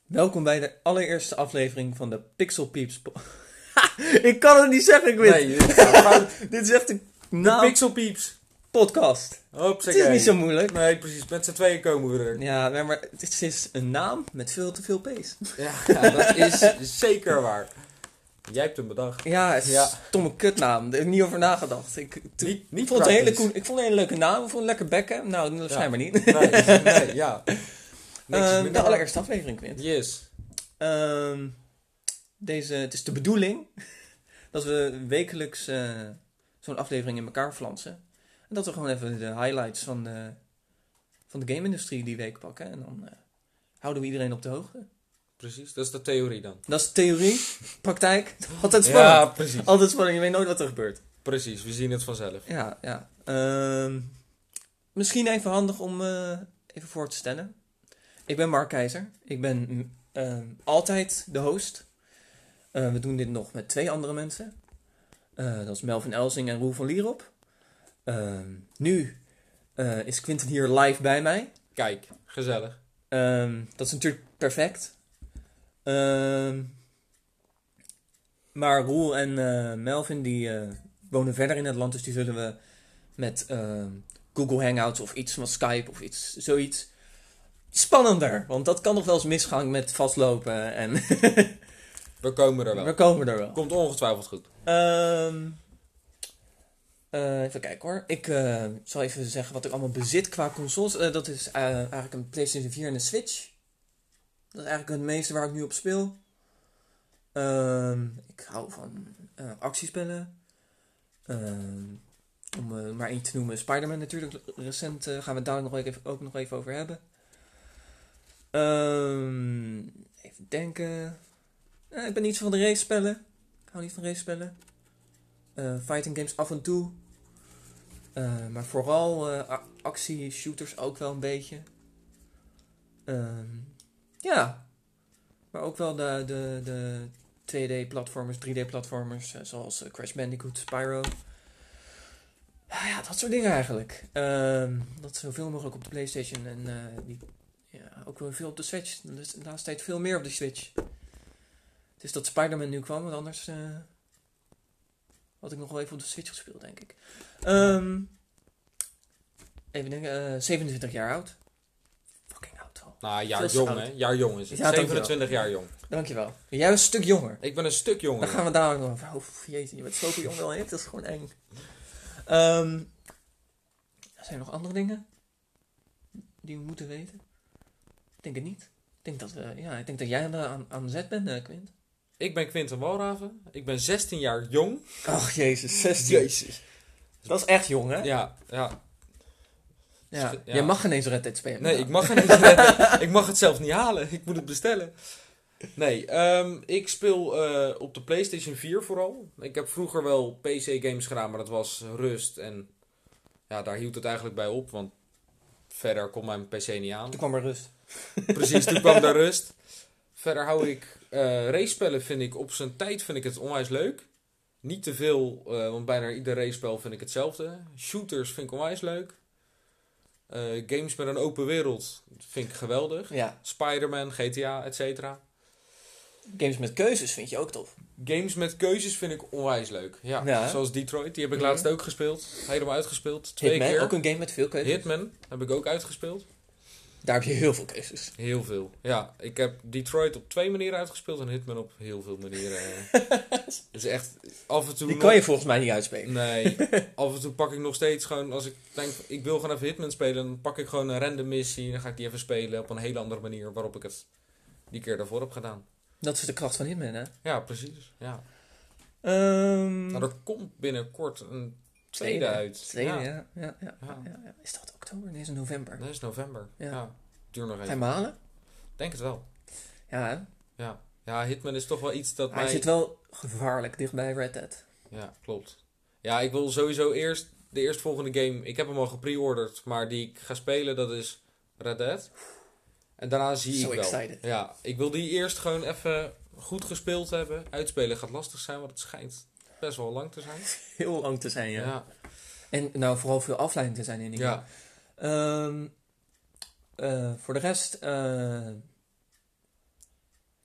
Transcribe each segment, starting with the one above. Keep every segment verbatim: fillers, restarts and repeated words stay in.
Welkom bij de allereerste aflevering van de Pixel Peeps. Po- ik kan het niet zeggen, ik weet Nee, dit is fout. Dit is echt een De naam Pixel Peeps. podcast. Hop, Het is niet zo moeilijk. Nee, precies. Met z'n tweeën komen we er. Ja, maar- maar het is een naam met veel te veel P's. Ja, ja, dat is zeker waar. Jij hebt hem bedacht. Ja, het is Ja. een stomme kutnaam. Daar heb ik niet over nagedacht. Ik, toen- Niet, niet ik, vond het een hele practice. cool, ik vond het een hele leuke naam. Ik vond het lekker bekken. Nou, dat Ja. schijnbaar niet. Nee, nee, ja. Niks is Ehm, minder de waar. allereerste aflevering, Quint. Yes. Ehm, deze, het is de bedoeling dat we wekelijks eh, zo'n aflevering in elkaar flansen. En dat we gewoon even de highlights van de, van de game-industrie die week pakken. En dan eh, houden we iedereen op de hoogte. Precies, dat is de theorie dan. Dat is theorie, praktijk. Altijd spannend. Ja, precies. Altijd spannend, je weet nooit wat er gebeurt. Precies, we zien het vanzelf. Ja, ja. Ehm, misschien even handig om eh, even voor te stellen. Ik ben Mark Keizer. Ik ben mm, ehm, altijd de host. Eh, we doen dit nog met twee andere mensen. Eh, dat is Melvin Elsing en Roel van Lierop. Ehm, nu eh, is Quinten hier live bij mij. Kijk, gezellig. Ehm, dat is natuurlijk perfect. Ehm, maar Roel en eh, Melvin die eh, wonen verder in het land, dus die zullen we met ehm, Google Hangouts of iets van Skype of iets, zoiets spannender. Want dat kan nog wel eens misgaan met vastlopen en We komen er wel. we komen er wel. Komt ongetwijfeld goed. Ehm, eh, even kijken hoor. Ik eh, zal even zeggen wat ik allemaal bezit qua consoles. Eh, dat is eh, eigenlijk een PlayStation vier en een Switch. Dat is eigenlijk het meeste waar ik nu op speel. Ehm, ik hou van eh, actiespellen. Ehm, om eh, maar één te noemen, Spider-Man natuurlijk. Recent eh, gaan we het daar nog even, ook nog even over hebben. Ehm, even denken. Eh, ik ben niet zo van de race spellen. Ik hou niet van race spellen. Eh, fighting games af en toe. Eh, maar vooral eh, a- actie, shooters ook wel een beetje. Ehm, ja. Maar ook wel de, de, de twee D-platformers, drie D-platformers. eh, zoals eh, Crash Bandicoot, Spyro. Ah, ja, dat soort dingen eigenlijk. Ehm, dat zoveel mogelijk op de PlayStation. En eh, die, ja, ook wel veel op de Switch. Dus de laatste tijd veel meer op de Switch. Het is dat Spider-Man nu kwam, want anders eh, had ik nog wel even op de Switch gespeeld, denk ik. Ehm, even denken, eh, zevenentwintig jaar oud. Fucking oud al. Nou, jaar Veel te jong oud. hè. Jaar jong is het. Ja, dankjewel. zevenentwintig jaar jong. Dankjewel. Jij bent een stuk jonger. Ik ben een stuk jonger. Dan gaan we daar nog over. Oh, jeetje, je bent zoveel jonger dan ik, dat is gewoon eng. Ehm, zijn er nog andere dingen die we moeten weten? Ik denk het niet. Ik denk dat, we, ja, ik denk dat jij aan, de- aan, aan de zet bent, eh, Quint. Ik ben Quinten Walraven. Ik ben zestien jaar jong. Ach, jezus, zestien. Jezus. Dat is echt jong, hè? Ja, ja. Ja. Ja. Jij mag geen eens Red Dead spelen. Nee, ik mag, het niet redden. Ik mag het zelf niet halen. Ik moet het bestellen. Nee, ehm, ik speel eh, op de PlayStation vier vooral. Ik heb vroeger wel P C-games gedaan, maar dat was rust. En ja, daar hield het eigenlijk bij op, want verder kon mijn P C niet aan. Toen kwam er rust. Precies, toen kwam daar rust. Verder hou ik eh race-spellen, vind ik op zijn tijd vind ik het onwijs leuk. Niet te veel, eh, want bijna ieder race-spel vind ik hetzelfde. Shooters vind ik onwijs leuk. Eh, games met een open wereld vind ik geweldig. Ja. Spider-Man, G T A, et cetera. Games met keuzes vind je ook tof. Games met keuzes vind ik onwijs leuk. Ja, Ja, hè? zoals Detroit, die heb ik Mhm. laatst ook gespeeld. Helemaal uitgespeeld. Twee Hitman, keer. ook een game met veel keuzes. Hitman heb ik ook uitgespeeld. Daar heb je heel veel keuzes. Heel veel. Ja, ik heb Detroit op twee manieren uitgespeeld en Hitman op heel veel manieren. Het is echt af en toe... Die kan je volgens mij niet uitspelen. Nee, af en toe pak ik nog steeds gewoon, als ik denk, ik wil gewoon even Hitman spelen, dan pak ik gewoon een random missie, dan ga ik die even spelen op een hele andere manier waarop ik het die keer daarvoor heb gedaan. Dat is de kracht van Hitman, hè? Ja, precies. Ja. Ehm Nou, er komt binnenkort een tweede uit. Tweede, ja. ja. Ja, ja, ja, Ja. ja, ja. Is dat oktober? Nee, is het november. Dat is november. Ja. Ja. Duur nog Ga even. je hem halen? Denk het wel. Ja, hè? Ja. Ja, Hitman is toch wel iets dat Hij mij... zit wel gevaarlijk dichtbij Red Dead. Ja, klopt. Ja, ik wil sowieso eerst de eerstvolgende game... Ik heb hem al gepreorderd, maar die ik ga spelen, dat is Red Dead. En daarna zie So ik wel. excited. Ja, ik wil die eerst gewoon even goed gespeeld hebben. Uitspelen gaat lastig zijn, want het schijnt best wel lang te zijn. Heel lang te zijn, ja. Ja. En nou, vooral veel afleiding te zijn in die Ja. game. Ehm, eh, voor de rest... eh,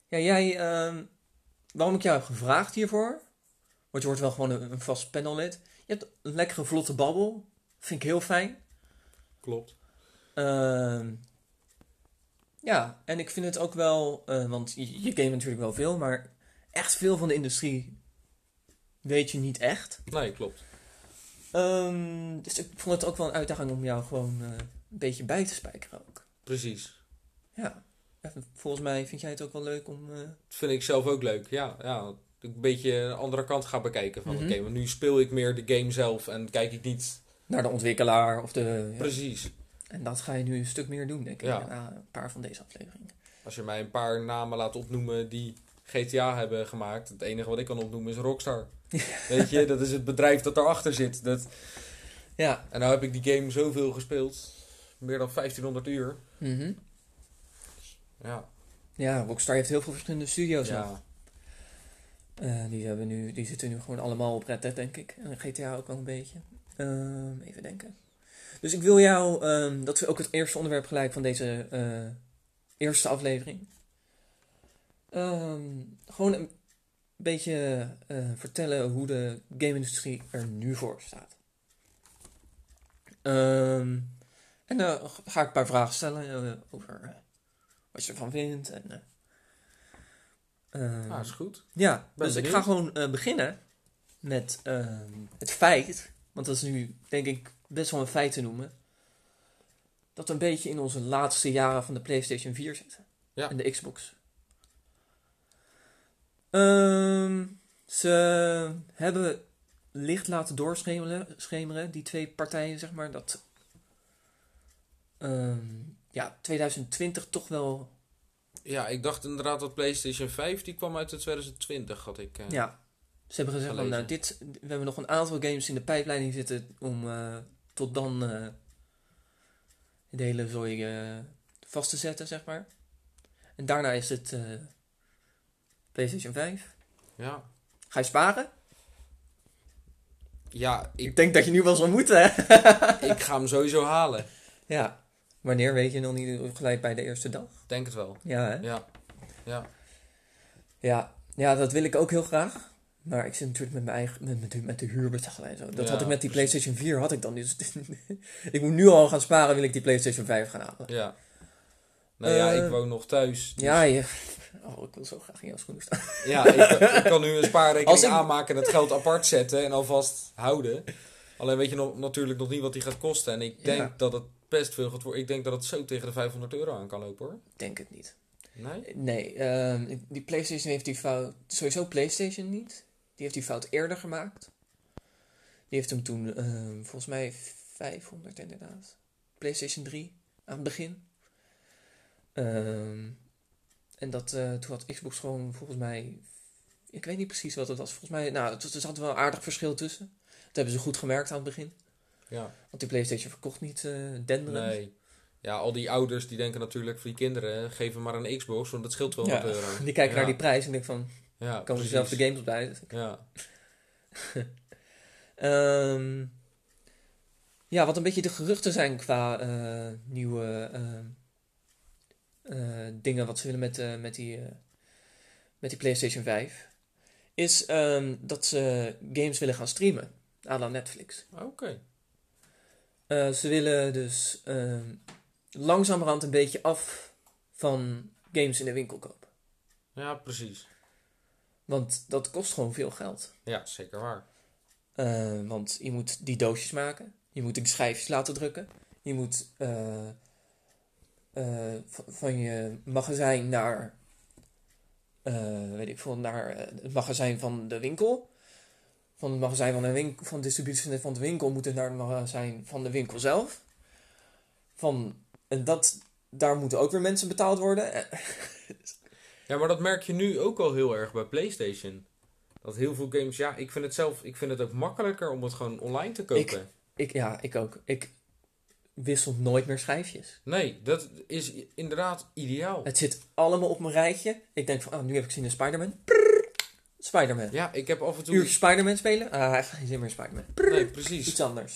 Ja, jij... ehm, waarom ik jou heb gevraagd hiervoor... Want je wordt wel gewoon een, een vast panellid. Je hebt een lekkere vlotte babbel. Vind ik heel fijn. Klopt. Ehm, ja, en ik vind het ook wel... eh, want je, je game natuurlijk wel veel, maar... Echt veel van de industrie... weet je niet echt. Nee, klopt. Ehm, dus ik vond het ook wel een uitdaging om jou gewoon eh, een beetje bij te spijkeren ook. Precies. Ja. En volgens mij vind jij het ook wel leuk om... eh, Dat vind ik zelf ook leuk. Ja, ja. Dat ik een beetje een andere kant ga bekijken van Mhm. oké, want nu speel ik meer de game zelf en kijk ik niet... naar de ontwikkelaar of de... ja. Precies. En dat ga je nu een stuk meer doen, denk ik. Ja. Na een paar van deze afleveringen. Als je mij een paar namen laat opnoemen die G T A hebben gemaakt, het enige wat ik kan opnoemen is Rockstar. Weet je, dat is het bedrijf dat daarachter zit. Dat... Ja. En nou heb ik die game zoveel gespeeld. Meer dan vijftienhonderd uur. Mhm. Ja. Ja, Rockstar heeft heel veel verschillende studio's nog. Ja. Eh, die, hebben nu, die zitten nu gewoon allemaal op Red Dead, denk ik. En G T A ook wel een beetje. Ehm, even denken. Dus ik wil jou... ehm, dat is ook het eerste onderwerp gelijk van deze eh, eerste aflevering. Ehm, gewoon een beetje eh, vertellen hoe de game-industrie er nu voor staat. Ehm, en dan ga ik een paar vragen stellen eh, over eh, wat je ervan vindt. En, eh, ehm, Ah, is goed. ja, Ben dus ik benieuwd. ga gewoon eh, beginnen met ehm, het feit, want dat is nu denk ik best wel een feit te noemen, dat we een beetje in onze laatste jaren van de PlayStation vier zitten. Ja. En de Xbox. Ehm, ze hebben licht laten doorschemeren, schemeren, die twee partijen, zeg maar, dat ehm, ja, twintig twintig toch wel, Ja, ik dacht inderdaad dat PlayStation vijf, die kwam uit de twintig twintig, had ik... eh, ja, ze hebben gezegd van, gelezen. nou, dit, we hebben nog een aantal games in de pijpleiding zitten om eh, tot dan eh, de hele zooi eh, vast te zetten, zeg maar. En daarna is het eh, PlayStation vijf. Ja. Ga je sparen? Ja, ik, Ik denk dat je nu wel zou moeten, hè? ik ga hem sowieso halen. Ja. Wanneer weet je nog niet gelijk bij de eerste dag? Denk het wel. Ja, hè? Ja. Ja. Ja, ja, dat wil ik ook heel graag. Maar ik zit natuurlijk met mijn eigen, met, met, met de huur betalen en zo. Dat Ja, had ik met die precies. PlayStation vier had ik dan. Dus ik moet nu al gaan sparen, wil ik die PlayStation vijf gaan halen. Ja. Nou ja, Eh, ik woon nog thuis. Dus Ja, je... Oh, ik wil zo graag in jouw schoenen staan. ja ik, ik kan nu een spaarrekening Als ik- aanmaken en het geld apart zetten en alvast houden. Alleen weet je nog, natuurlijk nog niet wat die gaat kosten. En ik denk Ja. dat het best veel gaat worden. Ik denk dat het zo tegen de vijfhonderd euro aan kan lopen, hoor. Ik denk het niet. Nee? Nee, ehm, die PlayStation heeft die fout... Sowieso PlayStation niet. Die heeft die fout eerder gemaakt. Die heeft hem toen, ehm, volgens mij, vijfhonderd inderdaad. PlayStation drie, aan het begin. Ehm, en dat, eh, toen had Xbox gewoon, volgens mij... Ik weet niet precies wat het was. Volgens mij, nou, het- er zat wel een aardig verschil tussen. Dat hebben ze goed gemerkt aan het begin. Ja. Want die PlayStation verkocht niet eh denderend. Nee. Ja, al die ouders die denken natuurlijk voor die kinderen, geef hem maar een Xbox, want dat scheelt tweehonderd Ja, euro. Die kijken Ja. naar die prijs en denken van, Ja, komen precies. ze zelf de games op bij. Ja. Ehm, ja, wat een beetje de geruchten zijn qua eh, nieuwe ehm, eh, dingen wat ze willen met, eh, met, die, eh, met die PlayStation vijf. Is ehm, dat ze games willen gaan streamen. À la Netflix. Oké. Eh, ze willen dus ehm, langzamerhand een beetje af van games in de winkel kopen. Ja, precies. Want dat kost gewoon veel geld. Ja, zeker waar. Eh, want je moet die doosjes maken. Je moet die schijfjes laten drukken. Je moet eh, eh, v- van je magazijn naar, eh, weet ik veel, naar eh, het magazijn van de winkel. Van het magazijn van de winkel, van het distributiecentrum van de winkel moet het naar het magazijn van de winkel zelf. Van, en dat, daar moeten ook weer mensen betaald worden. Eh, Ja, maar dat merk je nu ook al heel erg bij PlayStation. Dat heel veel games, ja, ik vind het zelf, ik vind het ook makkelijker om het gewoon online te kopen. ik, ja, ik ook. Ik wissel nooit meer schijfjes. Nee, dat is i- inderdaad ideaal. Het zit allemaal op mijn rijtje. Ik denk van, oh, nu heb ik zin in Spider-Man. Prrr, Spider-Man. Ja, ik heb af en toe... Uurtje Spider-Man spelen? Ah, hij heeft geen zin meer in Spider-Man. Prrr, Nee, Iets precies. anders.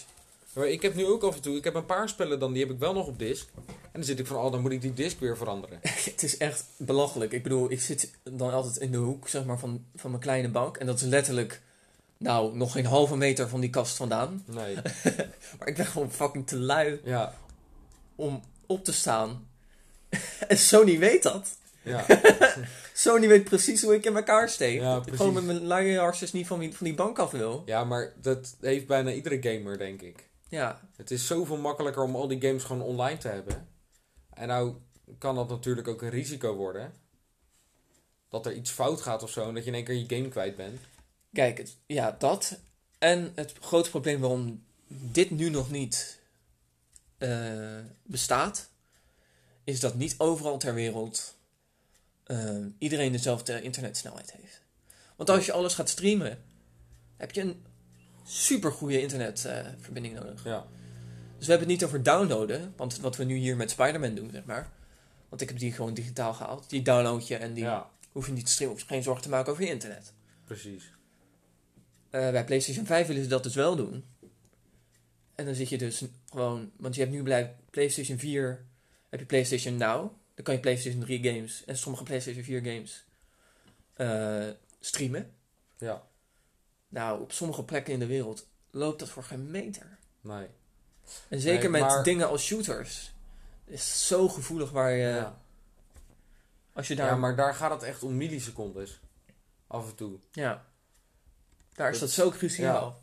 Maar ik heb nu ook af en toe, ik heb een paar spellen dan, die heb ik wel nog op disk. En dan zit ik van, oh, dan moet ik die disk weer veranderen. Het is echt belachelijk. Ik bedoel, ik zit dan altijd in de hoek, zeg maar, van, van mijn kleine bank. En dat is letterlijk, nou, nog geen halve meter van die kast vandaan. Nee. Maar ik ben gewoon fucking te lui Ja. om op te staan. En Sony weet dat. Ja. Sony weet precies hoe ik in elkaar steek. Ja, Dat ik gewoon met mijn luie harsjes niet van die, van die bank af wil. Ja, maar dat heeft bijna iedere gamer, denk ik. Ja. Het is zoveel makkelijker om al die games gewoon online te hebben. En nou kan dat natuurlijk ook een risico worden. Dat er iets fout gaat of zo en dat je in één keer je game kwijt bent. Kijk, het, ja, dat. En het grote probleem waarom dit nu nog niet uh, bestaat, is dat niet overal ter wereld uh, iedereen dezelfde internetsnelheid heeft. Want als je alles gaat streamen, heb je een super goede internetverbinding uh, nodig. Ja. Dus we hebben het niet over downloaden, want wat we nu hier met Spider-Man doen, zeg maar. Want ik heb die gewoon digitaal gehaald. Die download je en die Ja. hoef je niet te streamen. Hoef je geen zorgen te maken over je internet. Precies. Uh, bij PlayStation vijf willen ze dat dus wel doen. En dan zit je dus gewoon... Want je hebt nu bij PlayStation vier... Heb je PlayStation Now. Dan kan je PlayStation drie games en sommige PlayStation vier games uh, streamen. Ja. Nou, op sommige plekken in de wereld loopt dat voor geen meter. Nee. En zeker nee, met maar... dingen als shooters. Is het zo gevoelig waar je... Ja. Als je daar... Ja, maar daar gaat het echt om millisecondes. Af en toe. Ja. Daar is dat dat zo cruciaal.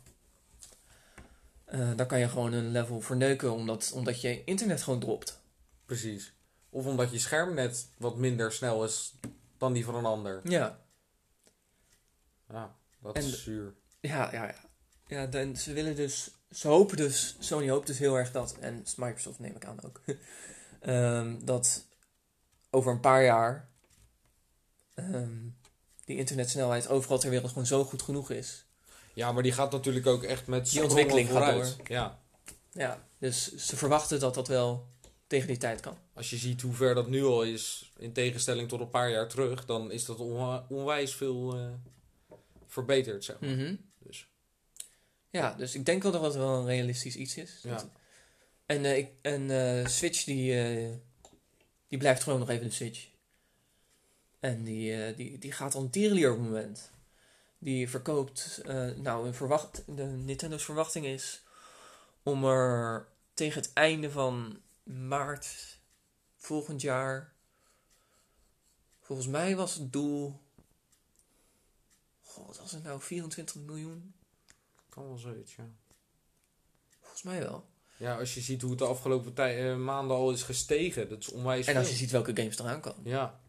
Ja. Uh, dan kan je gewoon een level verneuken omdat, omdat je internet gewoon dropt. Precies. Of omdat je scherm net wat minder snel is dan die van een ander. Ja. Ja, dat en, is zuur. Ja, ja, ja. Ja, dan, ze willen dus... Ze hopen dus... Sony hoopt dus heel erg dat... En Microsoft neem ik aan ook. um, dat over een paar jaar... Um, die internetsnelheid overal ter wereld gewoon zo goed genoeg is. Ja, maar die gaat natuurlijk ook echt met die ontwikkeling vooruit. Gaat door. Ja. Ja, dus ze verwachten dat dat wel tegen die tijd kan. Als je ziet hoe ver dat nu al is, in tegenstelling tot een paar jaar terug, dan is dat onwa- onwijs veel uh, verbeterd, zeg maar. Mm-hmm. Dus. Ja, dus ik denk wel dat het wel een realistisch iets is. Ja. En, uh, ik, en uh, Switch, die, uh, die blijft gewoon nog even de Switch. En die, uh, die, die gaat al een tierenlier op het moment. Die verkoopt, uh, nou, een verwacht, de Nintendo's verwachting is om er tegen het einde van maart volgend jaar, volgens mij was het doel, god, was het nou vierentwintig miljoen? Kan wel zoiets, ja. Volgens mij wel. Ja, als je ziet hoe het de afgelopen tij- uh, maanden al is gestegen, dat is onwijs En veel. als je ziet welke games eraan komen. Ja.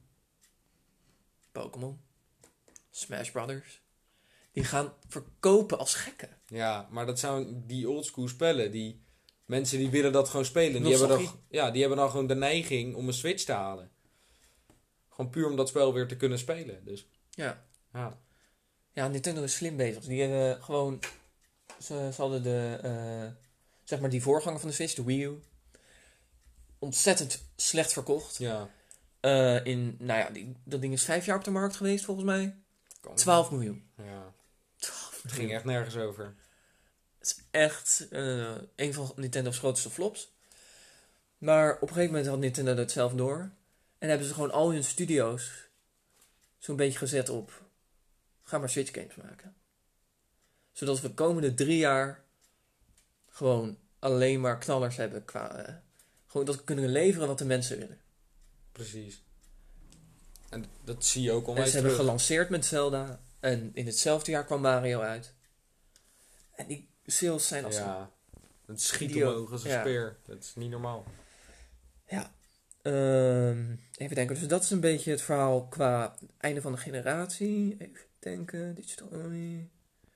Pokémon, Smash Brothers. Die gaan verkopen als gekken. Ja, maar dat zijn die oldschool spellen. Die mensen die willen dat gewoon spelen. Die hebben, dan, ja, die hebben dan gewoon de neiging om een Switch te halen. Gewoon puur om dat spel weer te kunnen spelen. Dus. Ja. Ja. Ja, Nintendo is slim bezig. Die hebben gewoon... Ze, ze hadden de... Uh, zeg maar die voorganger van de Switch, de Wii U. Ontzettend slecht verkocht. Ja. Uh, in, nou ja, die, dat ding is vijf jaar op de markt geweest volgens mij. twaalf miljoen. Ja. twaalf miljoen. Het ging echt nergens over. Het is echt uh, een van Nintendo's grootste flops. Maar op een gegeven moment had Nintendo dat zelf door. En hebben ze gewoon al hun studio's zo'n beetje gezet op... Ga maar Switch games maken. Zodat we de komende drie jaar gewoon alleen maar knallers hebben qua... Uh, gewoon dat we kunnen leveren wat de mensen willen. Precies. En dat zie je ook al. En ze hebben gelanceerd met Zelda. En in hetzelfde jaar kwam Mario uit. En die sales zijn als... Ja, het schiet Video. omhoog als een Ja. speer. Dat is niet normaal. Ja. Um, even denken. Dus dat is een beetje het verhaal qua einde van de generatie. Even denken. Digital only.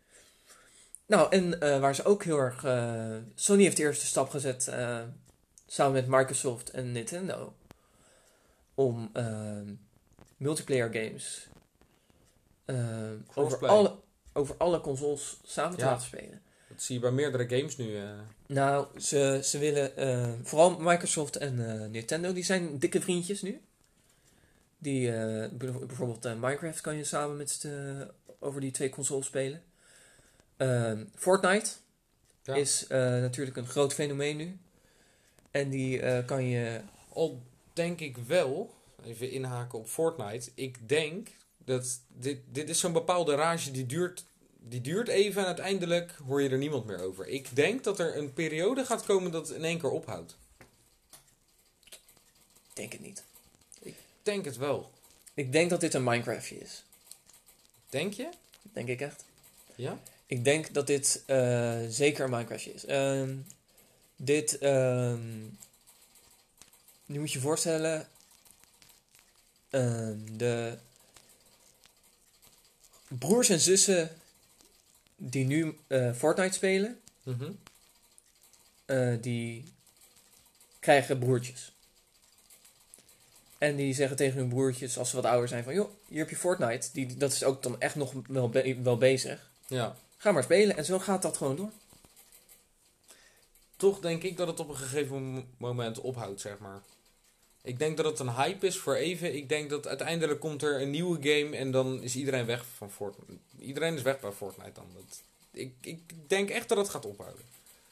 Nou, en uh, waar ze ook heel erg... Uh, Sony heeft de eerste stap gezet... Uh, samen met Microsoft en Nintendo. Om uh, multiplayer games... Uh, over, alle, over alle consoles samen te Ja. laten spelen. Dat zie je bij meerdere games nu. Uh. Nou, ze, ze willen... Uh, vooral Microsoft en uh, Nintendo, die zijn dikke vriendjes nu. Die, uh, bijvoorbeeld uh, Minecraft kan je samen met uh, over die twee consoles spelen. Uh, Fortnite Ja. is uh, natuurlijk een groot fenomeen nu. En die uh, kan je... Al denk ik wel, even inhaken op Fortnite. Ik denk dat dit, dit is zo'n bepaalde rage die duurt, die duurt even en uiteindelijk hoor je er niemand meer over. Ik denk dat er een periode gaat komen dat het in één keer ophoudt. Ik denk het niet. Ik denk het wel. Ik denk dat dit een Minecraftje is. Denk je? Denk ik echt. Ja? Ik denk dat dit uh, zeker een Minecraftje is. Uh, dit... Uh, nu moet je je voorstellen... Uh, de broers en zussen die nu uh, Fortnite spelen... Mm-hmm. Uh, die krijgen broertjes. En die zeggen tegen hun broertjes, als ze wat ouder zijn, van... joh, hier heb je Fortnite. Die, dat is ook dan echt nog wel, be- wel bezig. Ja. Ga maar spelen. En zo gaat dat gewoon door. Toch denk ik dat het op een gegeven moment ophoudt, zeg maar. Ik denk dat het een hype is voor even. Ik denk dat uiteindelijk komt er een nieuwe game en dan is iedereen weg van Fortnite. Iedereen is weg bij Fortnite dan. Dat, ik, ik denk echt dat het gaat ophouden.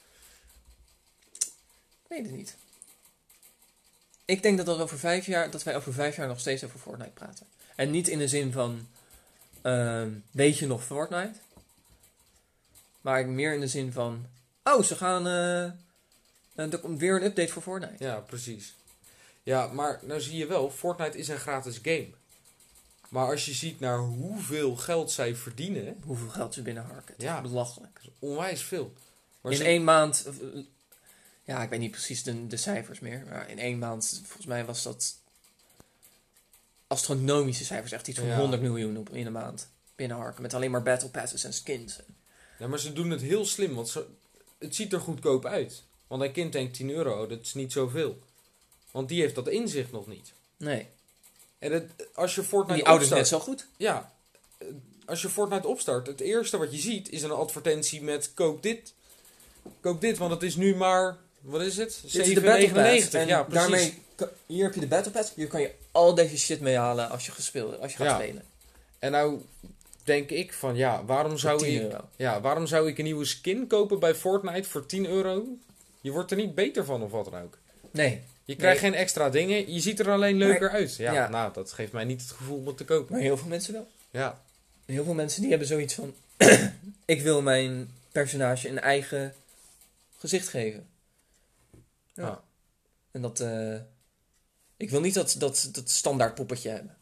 Ik weet het niet. Ik denk dat, dat, over vijf jaar, dat wij over vijf jaar nog steeds over Fortnite praten. En niet in de zin van, uh, weet je nog Fortnite? Maar meer in de zin van, oh, ze gaan, uh, uh, er komt weer een update voor Fortnite. Ja, precies. Ja, maar nou zie je wel, Fortnite is een gratis game. Maar als je ziet naar hoeveel geld zij verdienen... Hoeveel geld ze binnenharken. Het ja, is belachelijk. Dat is onwijs veel. Maar in ze... één maand... Uh, ja, ik weet niet precies de, de cijfers meer. Maar in één maand, volgens mij was dat... astronomische cijfers. Echt iets van ja. honderd miljoen op, in een maand. Binnenharken. Met alleen maar battle passes en skins. Ja, maar ze doen het heel slim. Want ze, het ziet er goedkoop uit. Want een kind denkt tien euro. Dat is niet zoveel. Want die heeft dat inzicht nog niet. Nee. En het, als je Fortnite en die ouders opstart, net zo goed. Ja. Als je Fortnite opstart, het eerste wat je ziet is een advertentie met koop dit. Koop dit, want het is nu maar, wat is het? zeven negenennegentig. Ja, precies. Daarmee, hier heb je de Battle Pass. Hier kan je al deze shit mee halen als je, gespeeld, als je gaat ja. spelen. En nou denk ik van, ja, waarom zou ik, ja, waarom zou ik een nieuwe skin kopen bij Fortnite voor tien euro? Je wordt er niet beter van of wat dan ook. Nee. Je krijgt nee. geen extra dingen. Je ziet er alleen leuker maar, uit. Ja, ja, nou, dat geeft mij niet het gevoel om het te kopen. Maar heel veel mensen wel. Ja. Heel veel mensen die hebben zoiets van... ik wil mijn personage een eigen gezicht geven. Ja. Ah. En dat... Uh, ik wil niet dat, dat, dat standaard poppetje hebben.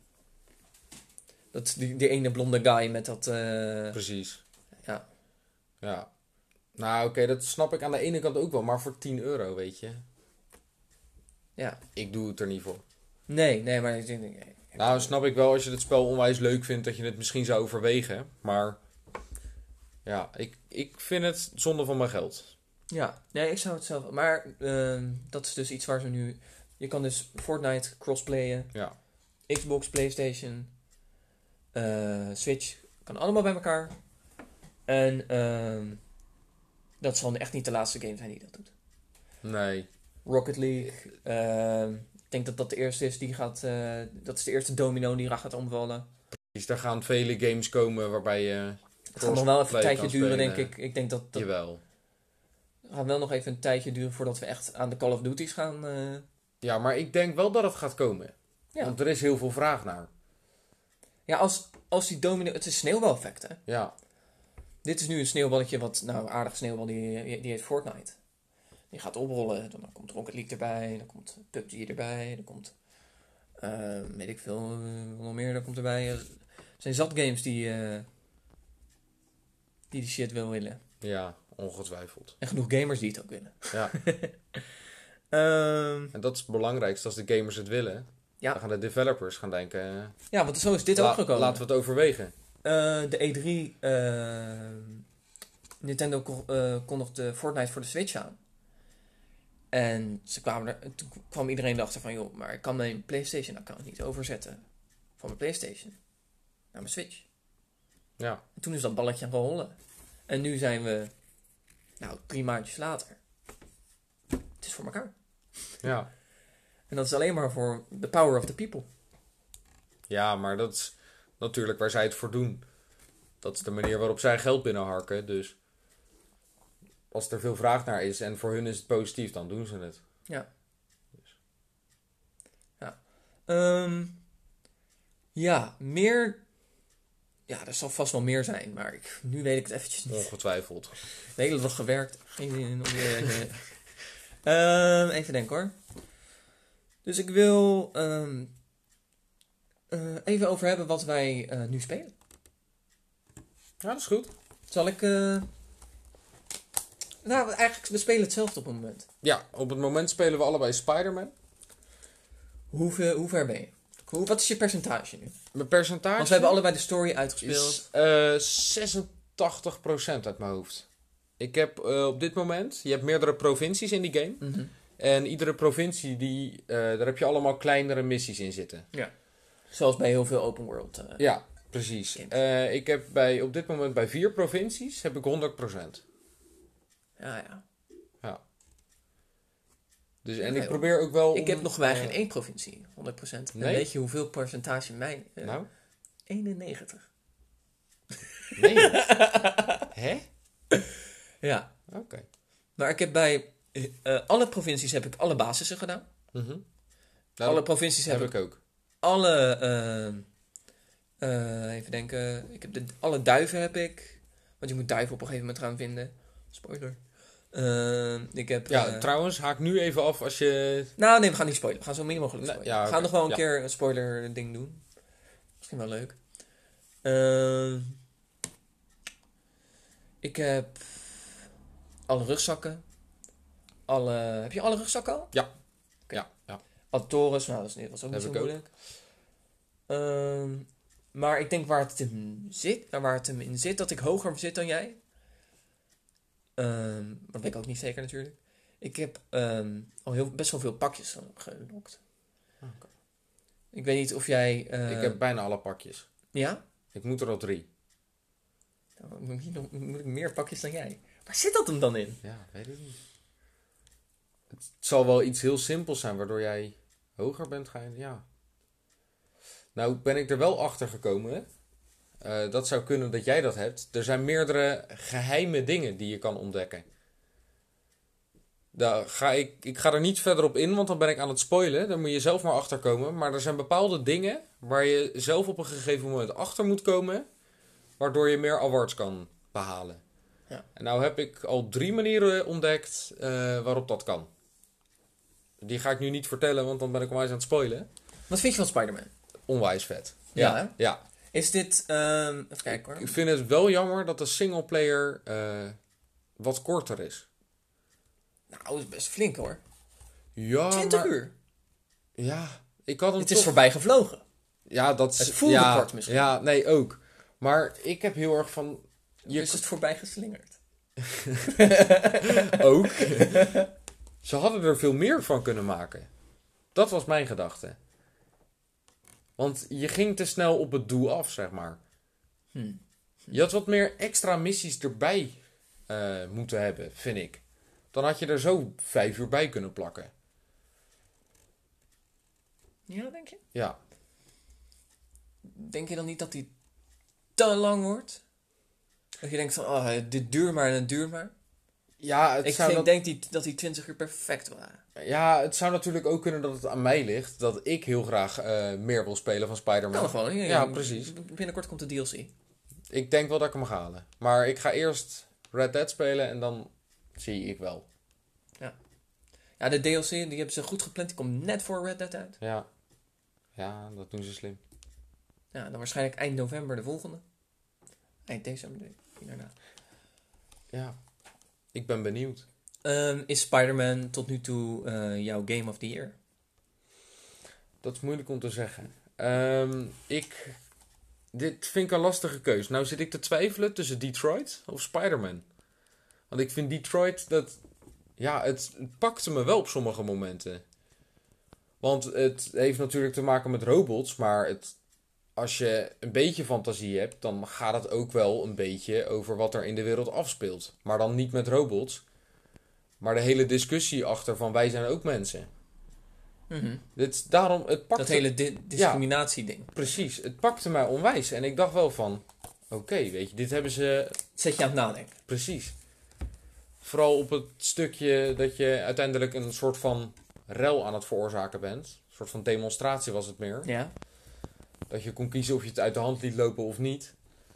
Dat die, die ene blonde guy met dat... Uh, Precies. Ja. Ja. Nou, oké, okay, dat snap ik aan de ene kant ook wel. Maar voor tien euro, weet je... Ja. Ik doe het er niet voor. Nee, nee, maar... Ik denk, nee, nou, snap ik wel als je het spel onwijs leuk vindt... dat je het misschien zou overwegen. Maar... Ja, ik, ik vind het zonde van mijn geld. Ja, nee, ik zou het zelf... Maar uh, dat is dus iets waar ze nu... Je kan dus Fortnite crossplayen. Ja. Xbox, PlayStation... Uh, Switch. Kan allemaal bij elkaar. En... Uh, dat zal echt niet de laatste game zijn die dat doet. Nee. Rocket League. Uh, ik denk dat dat de eerste is die gaat... Uh, dat is de eerste domino die gaat omvallen. Precies, daar gaan vele games komen waarbij je... Het gaat nog wel even een tijdje duren, denk ik. Ik denk dat... dat Jawel. Het gaat wel nog even een tijdje duren voordat we echt aan de Call of Duty's gaan... Uh... Ja, maar ik denk wel dat het gaat komen. Ja. Want er is heel veel vraag naar. Ja, als, als die domino... Het is sneeuwbaleffect, hè? Ja. Dit is nu een sneeuwballetje wat... Nou, aardig sneeuwbal, die, die heet Fortnite. Die gaat oprollen. Dan komt Rocket League erbij. Dan komt P U B G erbij. Dan komt... Uh, weet ik veel. Uh, nog meer. Dan komt erbij. Er zijn zat games die... Uh, die die shit wil willen. Ja, ongetwijfeld. En genoeg gamers die het ook willen. Ja. um, en dat is het belangrijkste. Als de gamers het willen... Ja. Dan gaan de developers gaan denken... Uh, ja, want zo is dit la- ook gekomen. Laten we het overwegen. Uh, de E drie... Uh, Nintendo kon, uh, kondigde Fortnite voor de Switch aan. En ze kwamen er, toen kwam iedereen erachter van... joh, maar ik kan mijn PlayStation-account niet overzetten... van mijn PlayStation... naar mijn Switch. Ja. En toen is dat balletje gaan rollen. En nu zijn we... nou, drie maandjes later. Het is voor elkaar. Ja. En dat is alleen maar voor the power of the people. Ja, maar dat is natuurlijk waar zij het voor doen. Dat is de manier waarop zij geld binnenharken, dus... als er veel vraag naar is en voor hun is het positief, dan doen ze het. Ja. Ja. Um, ja, meer... Ja, er zal vast wel meer zijn, maar ik, nu weet ik het eventjes niet. Ongetwijfeld. De hele dag gewerkt. Geen zin in om weer... um, even denken hoor. Dus ik wil um, uh, even over hebben wat wij uh, nu spelen. Ja, dat is goed. Zal ik... Uh... Nou, eigenlijk, we spelen hetzelfde op het moment. Ja, op het moment spelen we allebei Spider-Man. Hoe, hoe ver ben je? Hoe, wat is je percentage nu? Mijn percentage? Want we hebben allebei de story uitgespeeld. Is uh, zesentachtig procent uit mijn hoofd. Ik heb uh, op dit moment... Je hebt meerdere provincies in die game. Mm-hmm. En iedere provincie, die, uh, daar heb je allemaal kleinere missies in zitten. Ja. Zoals bij heel veel open world. Uh, ja, precies. Uh, ik heb bij, op dit moment bij vier provincies heb ik honderd procent. Ja, ja. Ja. Dus, en Nee, ik probeer ook wel... Ik om, heb nog bij uh, geen één provincie, honderd procent. Nee? En weet je hoeveel percentage mij... Uh, nou? eenennegentig. Nee. Hè? Ja. Oké. Okay. Maar ik heb bij uh, alle provincies heb ik alle basissen gedaan. Mm-hmm. Nou, alle provincies heb heb ik ook. Alle... Uh, uh, even denken... Ik heb de, alle duiven heb ik. Want je moet duiven op een gegeven moment gaan vinden. Spoiler. Uh, ik heb, ja, uh, trouwens, haak nu even af als je... Nou, nee, we gaan niet spoilen. We gaan zo min mogelijk spoilen. Nee, ja, we gaan okay. nog wel een ja. keer een spoiler ding doen. Misschien wel leuk. Uh, ik heb alle rugzakken. Alle... Heb je alle rugzakken al? Ja. Okay. Ja, ja. Alle torens. Nou, dat, is, dat was ook heb niet zo ik moeilijk. Uh, maar ik denk waar het hem zit, waar het hem in zit, dat ik hoger zit dan jij. Um, maar dat weet ik ook niet zeker natuurlijk. Ik heb um, al heel, best wel veel pakjes gelokt. Okay. Ik weet niet of jij... Uh, ik heb bijna alle pakjes. Ja? Ik moet er al drie. Dan moet ik, nog, moet ik meer pakjes dan jij. Waar zit dat hem dan in? Ja, weet ik niet. Het zal wel iets heel simpels zijn waardoor jij hoger bent gaan. Ja. Nou ben ik er wel achter gekomen. Hè? Uh, dat zou kunnen dat jij dat hebt. Er zijn meerdere geheime dingen die je kan ontdekken. Daar ga ik, ik ga er niet verder op in, want dan ben ik aan het spoilen. Daar moet je zelf maar achter komen. Maar er zijn bepaalde dingen waar je zelf op een gegeven moment achter moet komen. Waardoor je meer awards kan behalen. Ja. En nou heb ik al drie manieren ontdekt uh, waarop dat kan. Die ga ik nu niet vertellen, want dan ben ik onwijs aan het spoilen. Wat vind je van Spider-Man? Onwijs vet. Ja, ja. ja. Is dit... Um, even kijken hoor. Ik vind het wel jammer dat de singleplayer uh, wat korter is. Nou, dat is best flink hoor. Ja, twintig maar... uur. Ja, ik had hem Het toch... is voorbij gevlogen. Ja, dat is... Het voelde ja, kort misschien. Ja, nee, ook. Maar ik heb heel erg van... Je is het voorbij geslingerd. Ook. Ze hadden er veel meer van kunnen maken. Dat was mijn gedachte. Want je ging te snel op het doel af, zeg maar. Hmm. Je had wat meer extra missies erbij uh, moeten hebben, vind ik. Dan had je er zo vijf uur bij kunnen plakken. Ja, denk je? Ja. Denk je dan niet dat die te lang wordt? Dat je denkt van, oh, dit duurt maar en het duurt maar. Ja, het ik zou vind, dat... denk die, dat die twintig uur perfect waren. Ja, het zou natuurlijk ook kunnen dat het aan mij ligt. Dat ik heel graag uh, meer wil spelen van Spider-Man. Kan gewoon. Ja, ja, precies. Binnenkort komt de D L C. Ik denk wel dat ik hem ga halen. Maar ik ga eerst Red Dead spelen en dan zie ik wel. Ja. Ja, de D L C die hebben ze goed gepland. Die komt net voor Red Dead uit. Ja. Ja, dat doen ze slim. Ja, dan waarschijnlijk eind november de volgende. Eind december daarna. Ja. Ik ben benieuwd. Um, is Spider-Man tot nu toe uh, jouw Game of the Year? Dat is moeilijk om te zeggen. Um, ik... Dit vind ik een lastige keus. Nou zit ik te twijfelen tussen Detroit of Spider-Man. Want ik vind Detroit, dat... Ja, het, het pakte me wel op sommige momenten. Want het heeft natuurlijk te maken met robots, maar het, als je een beetje fantasie hebt, dan gaat het ook wel een beetje over wat er in de wereld afspeelt. Maar dan niet met robots, maar de hele discussie achter van wij zijn ook mensen. Mm-hmm. Dit, daarom, het pakte, dat hele di- discriminatie-ding. Ja, precies, het pakte mij onwijs. En ik dacht wel van, oké, okay, weet je, dit hebben ze... Zet je aan het nadenken. Precies. Vooral op het stukje dat je uiteindelijk een soort van rel aan het veroorzaken bent. Een soort van demonstratie was het meer. Ja. Dat je kon kiezen of je het uit de hand liet lopen of niet.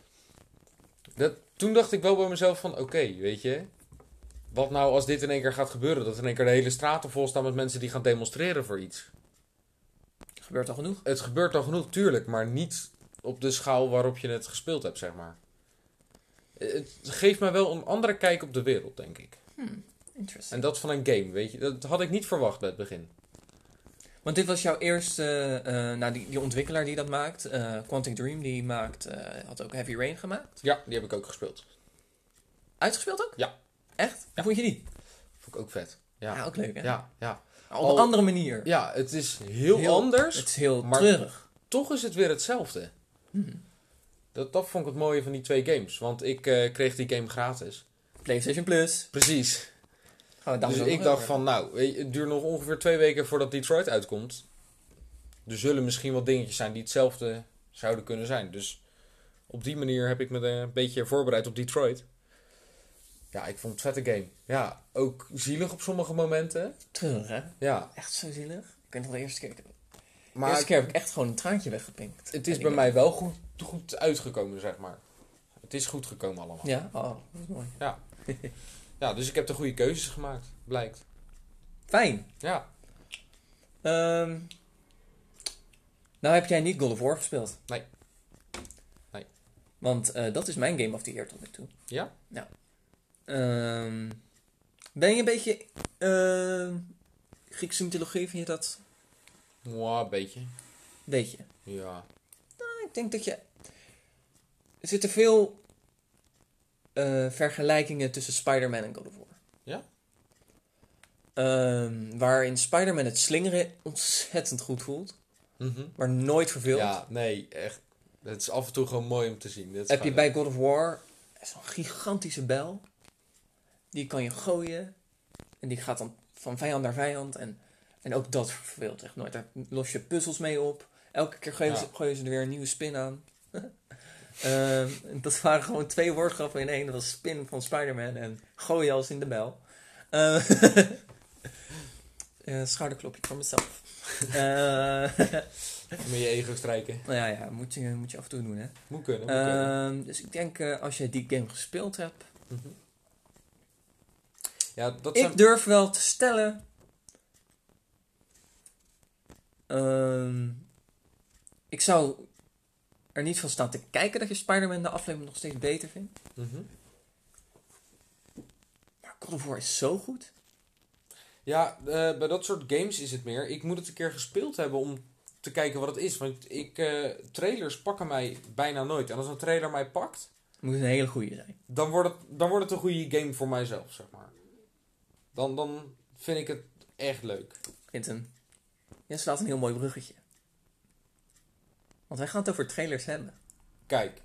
Dat, toen dacht ik wel bij mezelf van, oké, okay, weet je. Wat nou als dit in één keer gaat gebeuren? Dat in één keer de hele straten vol staan met mensen die gaan demonstreren voor iets. Gebeurt al genoeg? Het gebeurt al genoeg, tuurlijk. Maar niet op de schaal waarop je het gespeeld hebt, zeg maar. Het geeft mij wel een andere kijk op de wereld, denk ik. Hmm, interesting. En dat van een game, weet je. Dat had ik niet verwacht bij het begin. Want dit was jouw eerste, uh, nou die, die ontwikkelaar die dat maakt, uh, Quantic Dream, die maakt, uh, had ook Heavy Rain gemaakt. Ja, die heb ik ook gespeeld. Uitgespeeld ook? Ja. Echt? Hoe ja. vond je die? Vond ik ook vet. Ja, ja ook leuk hè? Ja, ja. Op Al, een andere manier. Ja, het is heel, heel anders. Het is heel maar treurig. Toch is het weer hetzelfde. Hmm. Dat, dat vond ik het mooie van die twee games. Want ik uh, kreeg die game gratis. PlayStation Plus. Precies. Oh, dus ik dacht van, nou, het duurt nog ongeveer twee weken voordat Detroit uitkomt. Er zullen misschien wel dingetjes zijn die hetzelfde zouden kunnen zijn. Dus op die manier heb ik me een beetje voorbereid op Detroit. Ja, ik vond het een vette game. Ja, ook zielig op sommige momenten. Treurig, hè? Ja. Echt zo zielig. Ik weet nog de eerste keer. Maar de eerste keer heb ik echt gewoon een traantje weggepinkt. Het is bij mij wel goed, goed uitgekomen, zeg maar. Het is goed gekomen allemaal. Ja? Oh, dat is mooi. Ja. Ja, dus ik heb de goede keuzes gemaakt, blijkt. Fijn. Ja. Um, nou heb jij niet God of War gespeeld. Nee. Nee. Want uh, dat is mijn Game of the Year tot nu toe. Ja? Ja. Um, ben je een beetje... Uh, Griekse mythologie, vind je dat? Ja, een beetje. Beetje? Ja. Nou, ik denk dat je... Er zitten veel uh, vergelijkingen tussen Spider-Man en God of War. Ja? Um, waarin Spider-Man het slingeren ontzettend goed voelt. Mm-hmm. Maar nooit verveelt. Ja, nee, echt. Het is af en toe gewoon mooi om te zien. Dat heb je bij God of War zo'n gigantische bijl. Die kan je gooien. En die gaat dan van vijand naar vijand. En, en ook dat verveelt echt nooit. Daar los je puzzels mee op. Elke keer gooien, ja. ze, gooien ze er weer een nieuwe spin aan. um, dat waren gewoon twee woordgrappen in één. Dat was spin van Spider-Man en gooien als in de bijl. Uh, uh, schouderklopje voor mezelf. uh, Moet je ego strijken. Nou ja, ja moet, je, moet je af en toe doen, hè. Moet kunnen, moet uh, kunnen. Dus ik denk, uh, als je die game gespeeld hebt... Mm-hmm. Ja, dat ik zijn... durf wel te stellen... Um, ik zou er niet van staan te kijken dat je Spider-Man de aflevering nog steeds beter vindt. Mm-hmm. Maar God of War is zo goed. Ja, uh, bij dat soort games is het meer. Ik moet het een keer gespeeld hebben om te kijken wat het is. Want ik, uh, trailers pakken mij bijna nooit. En als een trailer mij pakt... Moet het een hele goede zijn. Dan wordt het, dan wordt het een goede game voor mijzelf, zeg maar. Dan, dan vind ik het echt leuk. Quinten, je slaat een heel mooi bruggetje. Want wij gaan het over trailers hebben. Kijk.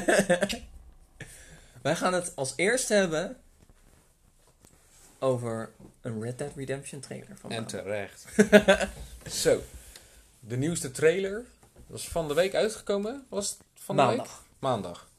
Wij gaan het als eerste hebben... over een Red Dead Redemption trailer. Van en maandag. terecht. Zo. De nieuwste trailer. Was van de week uitgekomen. Was het van de Maandag. week? Maandag.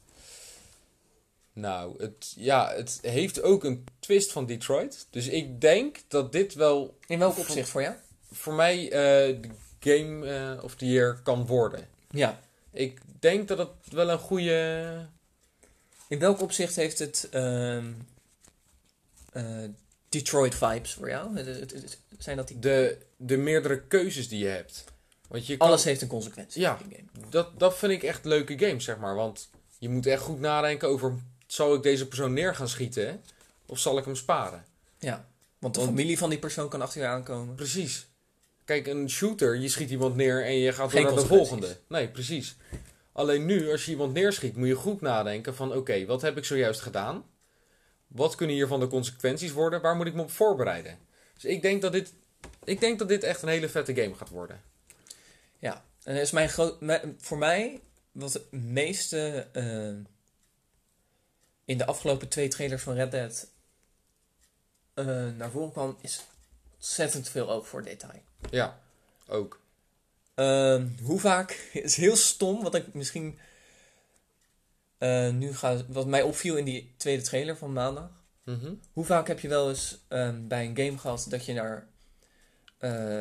Nou, het, ja, het heeft ook een twist van Detroit. Dus ik denk dat dit wel... In welk opzicht voor jou? Voor mij uh, de Game uh, of the Year kan worden. Ja. Ik denk dat het wel een goede... In welk opzicht heeft het... Uh, uh, Detroit vibes voor jou? Het, het, het, zijn dat die... De, de meerdere keuzes die je hebt. Want je kan... Alles heeft een consequentie. Ja, in die game. Dat, dat vind ik echt leuke games, zeg maar. Want je moet echt goed nadenken over... Zal ik deze persoon neer gaan schieten? Of zal ik hem sparen? Ja, want de want, familie van die persoon kan achter je aankomen. Precies. Kijk, een shooter, je schiet iemand neer en je gaat Geen door naar de volgende. Nee, precies. Alleen nu, als je iemand neerschiet, moet je goed nadenken van... Oké, okay, wat heb ik zojuist gedaan? Wat kunnen hiervan de consequenties worden? Waar moet ik me op voorbereiden? Dus ik denk dat dit, ik denk dat dit echt een hele vette game gaat worden. Ja, en dat is mijn groot, mijn, voor mij wat het meeste uh, in de afgelopen twee trailers van Red Dead uh, naar voren kwam, is ontzettend veel oog voor detail. Ja, ook. Uh, hoe vaak is heel stom, wat ik misschien uh, nu ga, wat mij opviel in die tweede trailer van maandag. Mhm. Hoe vaak heb je wel eens um, bij een game gehad dat je naar uh,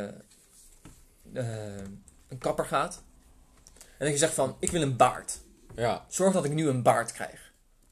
uh, een kapper gaat en dat je zegt van, ik wil een baard. Ja. Zorg dat ik nu een baard krijg.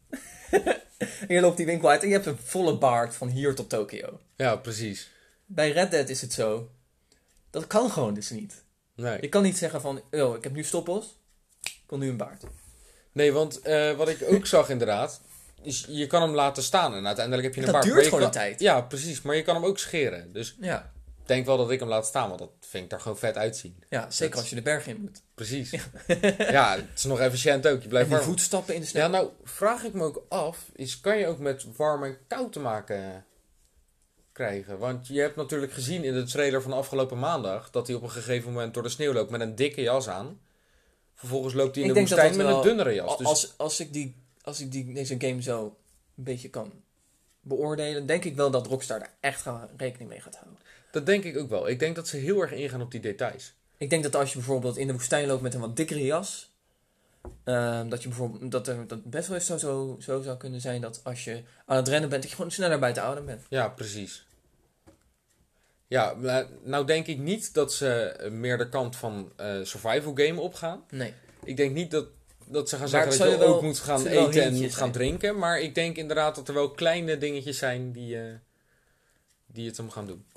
En je loopt die winkel uit en je hebt een volle baard van hier tot Tokio. Ja, precies. Bij Red Dead is het zo. Dat kan gewoon dus niet. Nee. Je kan niet zeggen van, oh, ik heb nu stoppels. Ik wil nu een baard. Nee, want uh, wat ik ook zag inderdaad, is je kan hem laten staan en uiteindelijk heb je een dat baard. Dat duurt maar gewoon kan... een tijd. Ja, precies. Maar je kan hem ook scheren. Dus ja. ik denk wel dat ik hem laat staan, want dat vind ik er gewoon vet uitzien. Ja, zeker dat... als je de berg in moet. Precies. Ja, ja, het is nog efficiënt ook. Je blijft en die warm. voetstappen in de sneeuw. Ja, nou vraag ik me ook af, is kan je ook met warm en koud te maken krijgen? Want je hebt natuurlijk gezien in de trailer van afgelopen maandag dat hij op een gegeven moment door de sneeuw loopt met een dikke jas aan. Vervolgens loopt hij in ik de denk woestijn dat dat met wel, een dunnere jas. Dus... Als, als ik, die, als ik die, deze game zo een beetje kan beoordelen, denk ik wel dat Rockstar daar echt gaan, rekening mee gaat houden. Dat denk ik ook wel. Ik denk dat ze heel erg ingaan op die details. Ik denk dat als je bijvoorbeeld in de woestijn loopt met een wat dikkere jas, uh, dat je bijvoorbeeld dat er dat best wel eens zo, zo, zo zou kunnen zijn dat als je aan het rennen bent, dat je gewoon sneller buiten adem bent. Ja, precies. Ja, nou denk ik niet dat ze meer de kant van uh, survival game opgaan. Nee. Ik denk niet dat, dat ze gaan maar zeggen dat je wel, ook moet gaan eten en moet gaan drinken. Maar ik denk inderdaad dat er wel kleine dingetjes zijn die, uh, die het hem gaan doen.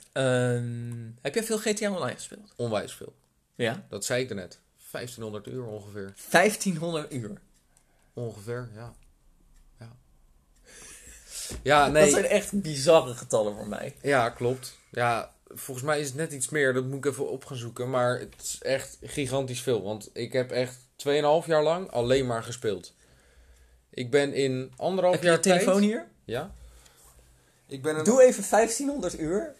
Um, heb jij veel G T A Online gespeeld? Onwijs veel. Ja? Dat zei ik er net. vijftienhonderd uur ongeveer. vijftienhonderd uur? Ongeveer, ja. Ja, ja nee. Dat zijn echt bizarre getallen voor mij. Ja, klopt. Ja, volgens mij is het net iets meer. Dat moet ik even op gaan zoeken. Maar het is echt gigantisch veel. Want ik heb echt tweeënhalf jaar lang alleen maar gespeeld. Ik ben in anderhalf heb jaar je je telefoon tijd... hier? Ja. Ik ben een... Doe even vijftienhonderd uur.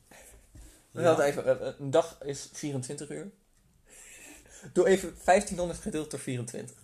Ja. Even, een dag is vierentwintig uur. Doe even vijftienhonderd gedeeld door vierentwintig.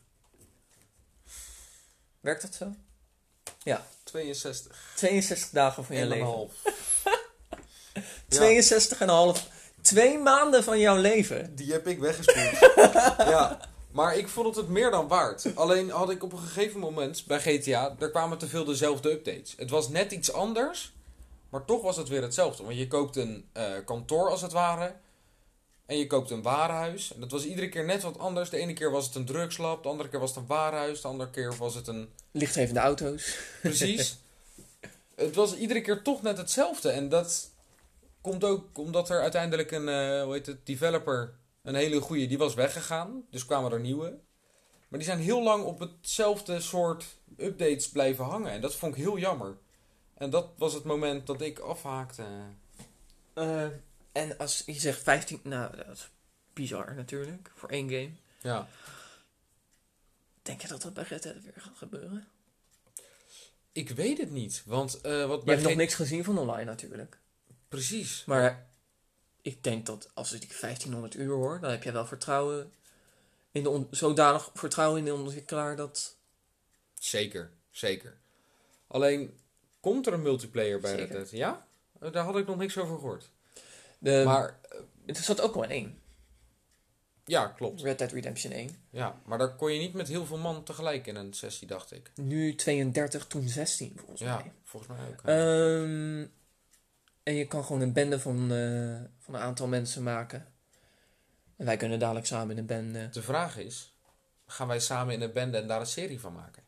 Werkt dat zo? Ja. tweeënzestig. tweeënzestig dagen van je en leven. Een half. tweeënzestig en een half. Twee maanden van jouw leven. Die heb ik weggespoeld. Ja. Maar ik vond het het meer dan waard. Alleen had ik op een gegeven moment bij G T A, er kwamen te veel dezelfde updates. Het was net iets anders, maar toch was het weer hetzelfde. Want je koopt een uh, kantoor als het ware. En je koopt een warenhuis. En dat was iedere keer net wat anders. De ene keer was het een drugslab, de andere keer was het een warenhuis, de andere keer was het een... Lichtgevende auto's. Precies. Het was iedere keer toch net hetzelfde. En dat komt ook omdat er uiteindelijk een, uh, hoe heet het, developer, een hele goede, die was weggegaan. Dus kwamen er nieuwe. Maar die zijn heel lang op hetzelfde soort updates blijven hangen. En dat vond ik heel jammer. En dat was het moment dat ik afhaakte. Uh, en als je zegt vijftien... Nou, dat is bizar natuurlijk. Voor één game. Ja. Denk je dat dat bij Red Dead weer gaat gebeuren? Ik weet het niet. Want uh, wat je bij hebt G- nog niks gezien van online natuurlijk. Precies. Maar ik denk dat als ik vijftienhonderd uur hoor, dan heb jij wel vertrouwen in de on- zodanig vertrouwen in de ontwikkelaar dat... Zeker, zeker. Alleen, komt er een multiplayer bij Red Dead? Ja? Daar had ik nog niks over gehoord. De, maar... Uh, het zat ook al in één. Ja, klopt. Red Dead Redemption één. Ja, maar daar kon je niet met heel veel man tegelijk in een sessie, dacht ik. Nu tweeëndertig, toen zestien volgens ja, mij. Ja, volgens mij ook. Um, en je kan gewoon een bende van, uh, van een aantal mensen maken. En wij kunnen dadelijk samen in een bende... De vraag is, gaan wij samen in een bende en daar een serie van maken?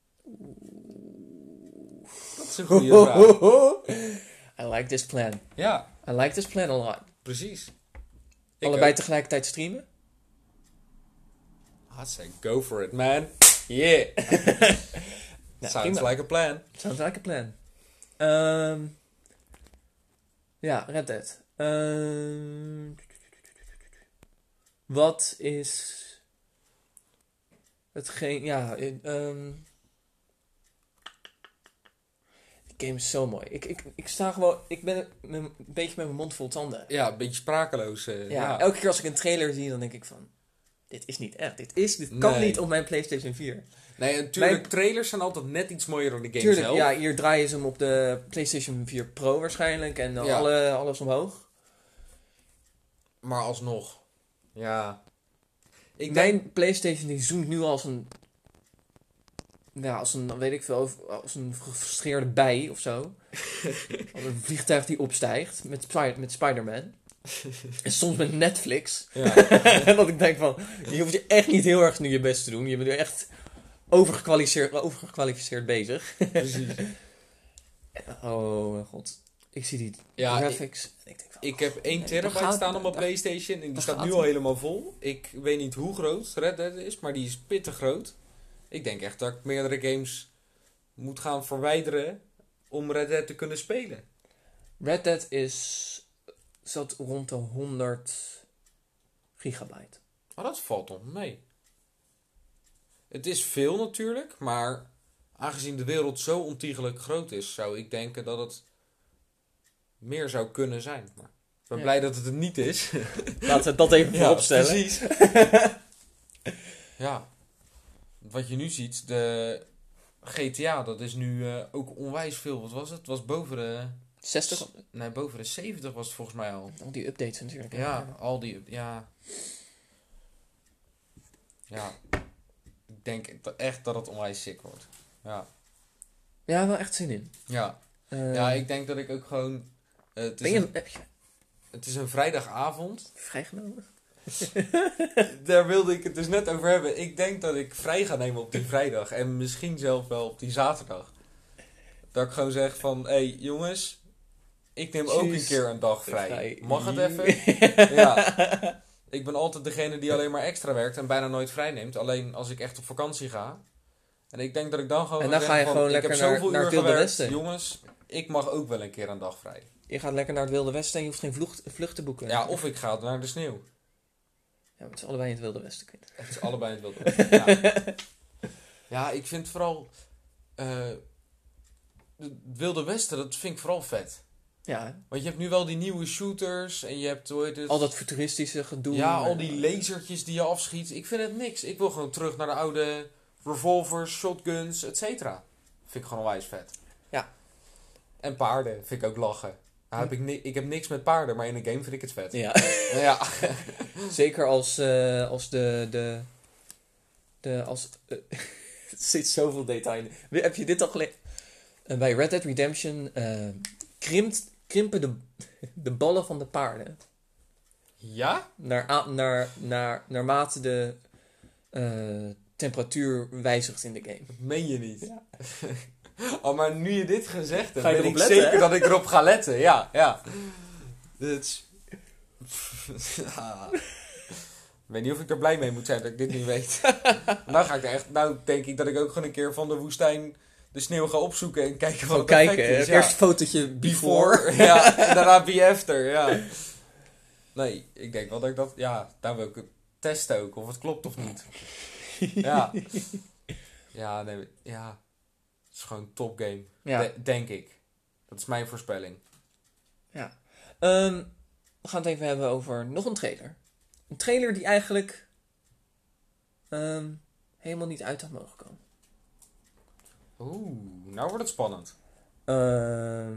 Oeh. Dat is een goede vraag. I like this plan. Ja. I like this plan a lot. Precies. Ik Allebei ook. Tegelijkertijd streamen? I say go for it, man. Yeah. nou, Sounds prima. like a plan. Sounds like a plan. Um, ja, Red Dead. Um, wat is hetgeen... Ja, um, die game is zo mooi. Ik, ik, ik sta gewoon... Ik ben een beetje met mijn mond vol tanden. Ja, een beetje sprakeloos. Uh, ja, ja, elke keer als ik een trailer zie, dan denk ik van... Dit is niet echt. Dit, is, dit kan nee. niet op mijn PlayStation vier. Nee, en natuurlijk, mijn... trailers zijn altijd net iets mooier dan de game tuurlijk, zelf. Ja, hier draaien ze hem op de PlayStation vier Pro waarschijnlijk. En ja. alle, alles omhoog. Maar alsnog. Ja. Ik mijn denk... PlayStation die zoomt nu als een ja, als een, weet ik veel, als een gefrustreerde bij of zo. Als een vliegtuig die opstijgt met, Spy- met Spider-Man. En soms met Netflix. Ja. En dat ik denk van, je hoeft je echt niet heel erg nu je best te doen. Je bent nu echt overgekwalificeerd, overgekwalificeerd bezig. Precies. Oh mijn god. Ik zie die Ja, graphics. Ik, en ik, denk van, Ik heb één nee, terabyte dat gaat- staan op mijn dat- PlayStation en die dat staat gaat nu al niet. helemaal vol. Ik weet niet hoe groot Red Dead is, maar die is pittig groot. Ik denk echt dat ik meerdere games moet gaan verwijderen om Red Dead te kunnen spelen. Red Dead is zat rond de honderd gigabyte. Maar dat valt nog mee. Het is veel natuurlijk, maar aangezien de wereld zo ontiegelijk groot is, zou ik denken dat het meer zou kunnen zijn. Maar ik ben Ja. blij dat het het niet is. Laten we dat even voorop stellen. precies. Ja. Wat je nu ziet, de G T A, dat is nu eh, ook onwijs veel. Wat was het? Het was boven de... zestig? Nee, boven de zeventig was het volgens mij al. Al die updates natuurlijk. hè. Ja, al die... Ja. Ja. Ik denk echt dat het onwijs sick wordt. Ja. Ja, wel echt zin in. Ja. Eh, Ja, ik denk dat ik ook gewoon... eh, het, is ben je, een, heb je het is een vrijdagavond. vrijgenomen? Daar wilde ik het dus net over hebben. Ik denk dat ik vrij ga nemen op die vrijdag. En misschien zelf wel op die zaterdag. Dat ik gewoon zeg van... Hé hey, jongens... Ik neem ook een Tjus. keer een dag vrij. Vrij. Mag het even? Ja. Ik ben altijd degene die alleen maar extra werkt en bijna nooit vrij neemt. Alleen als ik echt op vakantie ga. En ik denk dat ik dan gewoon... En dan zeg ga je van, gewoon ik lekker heb naar- zoveel naar uur het Wilde gewerkt. Westen. Jongens, ik mag ook wel een keer een dag vrij. Je gaat lekker naar het Wilde Westen en je hoeft geen vlucht, vlucht te boeken. Ja, of ik ga naar de sneeuw. Ja, maar het is allebei in het Wilde Westen. kind. Het is allebei het wilde westen. Ja. Ja, ik vind vooral... eh, het Wilde Westen, dat vind ik vooral vet. Ja, Want je hebt nu wel die nieuwe shooters en je hebt... Hoe heet het? al dat futuristische gedoe. Ja, al en- die lasertjes die je afschiet. Ik vind het niks. Ik wil gewoon terug naar de oude revolvers, shotguns, et cetera. Vind ik gewoon onwijs vet. Ja. En paarden vind ik ook lachen. Nou, heb ik, ni- ik heb niks met paarden, maar in een game vind ik het vet. Ja, Ja. zeker als, eh, als de... de, de als, eh, er zit zoveel detail in. We- Heb je dit al gelezen? Eh, bij Red Dead Redemption eh, krimpt, krimpen de, de ballen van de paarden. Ja? Naar, a- naar, naar, naarmate de eh, temperatuur wijzigt in de game. Dat meen je niet. Ja. Oh, maar nu je dit gezegd hebt, Ga je weet erop ik letten, zeker hè? dat ik erop ga letten. Ja, ja. Het is... Ah. Ik weet niet of ik er blij mee moet zijn dat ik dit niet weet. Nou ga ik er echt... Nou denk ik dat ik ook gewoon een keer van de woestijn de sneeuw ga opzoeken en kijken wat Gewoon het kijken. effect is. Het Ja. eerste fotootje before. Before. Ja, en daarna be after. Ja. Nee, ik denk wel dat ik dat... Ja, daar wil ik het testen ook, of het klopt of niet. Ja. Ja, nee, ja. Het is gewoon een topgame. Ja. De- denk ik. Dat is mijn voorspelling. Ja. Ehm, we gaan het even hebben over nog een trailer. Een trailer die eigenlijk ehm, helemaal niet uit had mogen komen. Oeh, nou wordt het spannend. Ehm,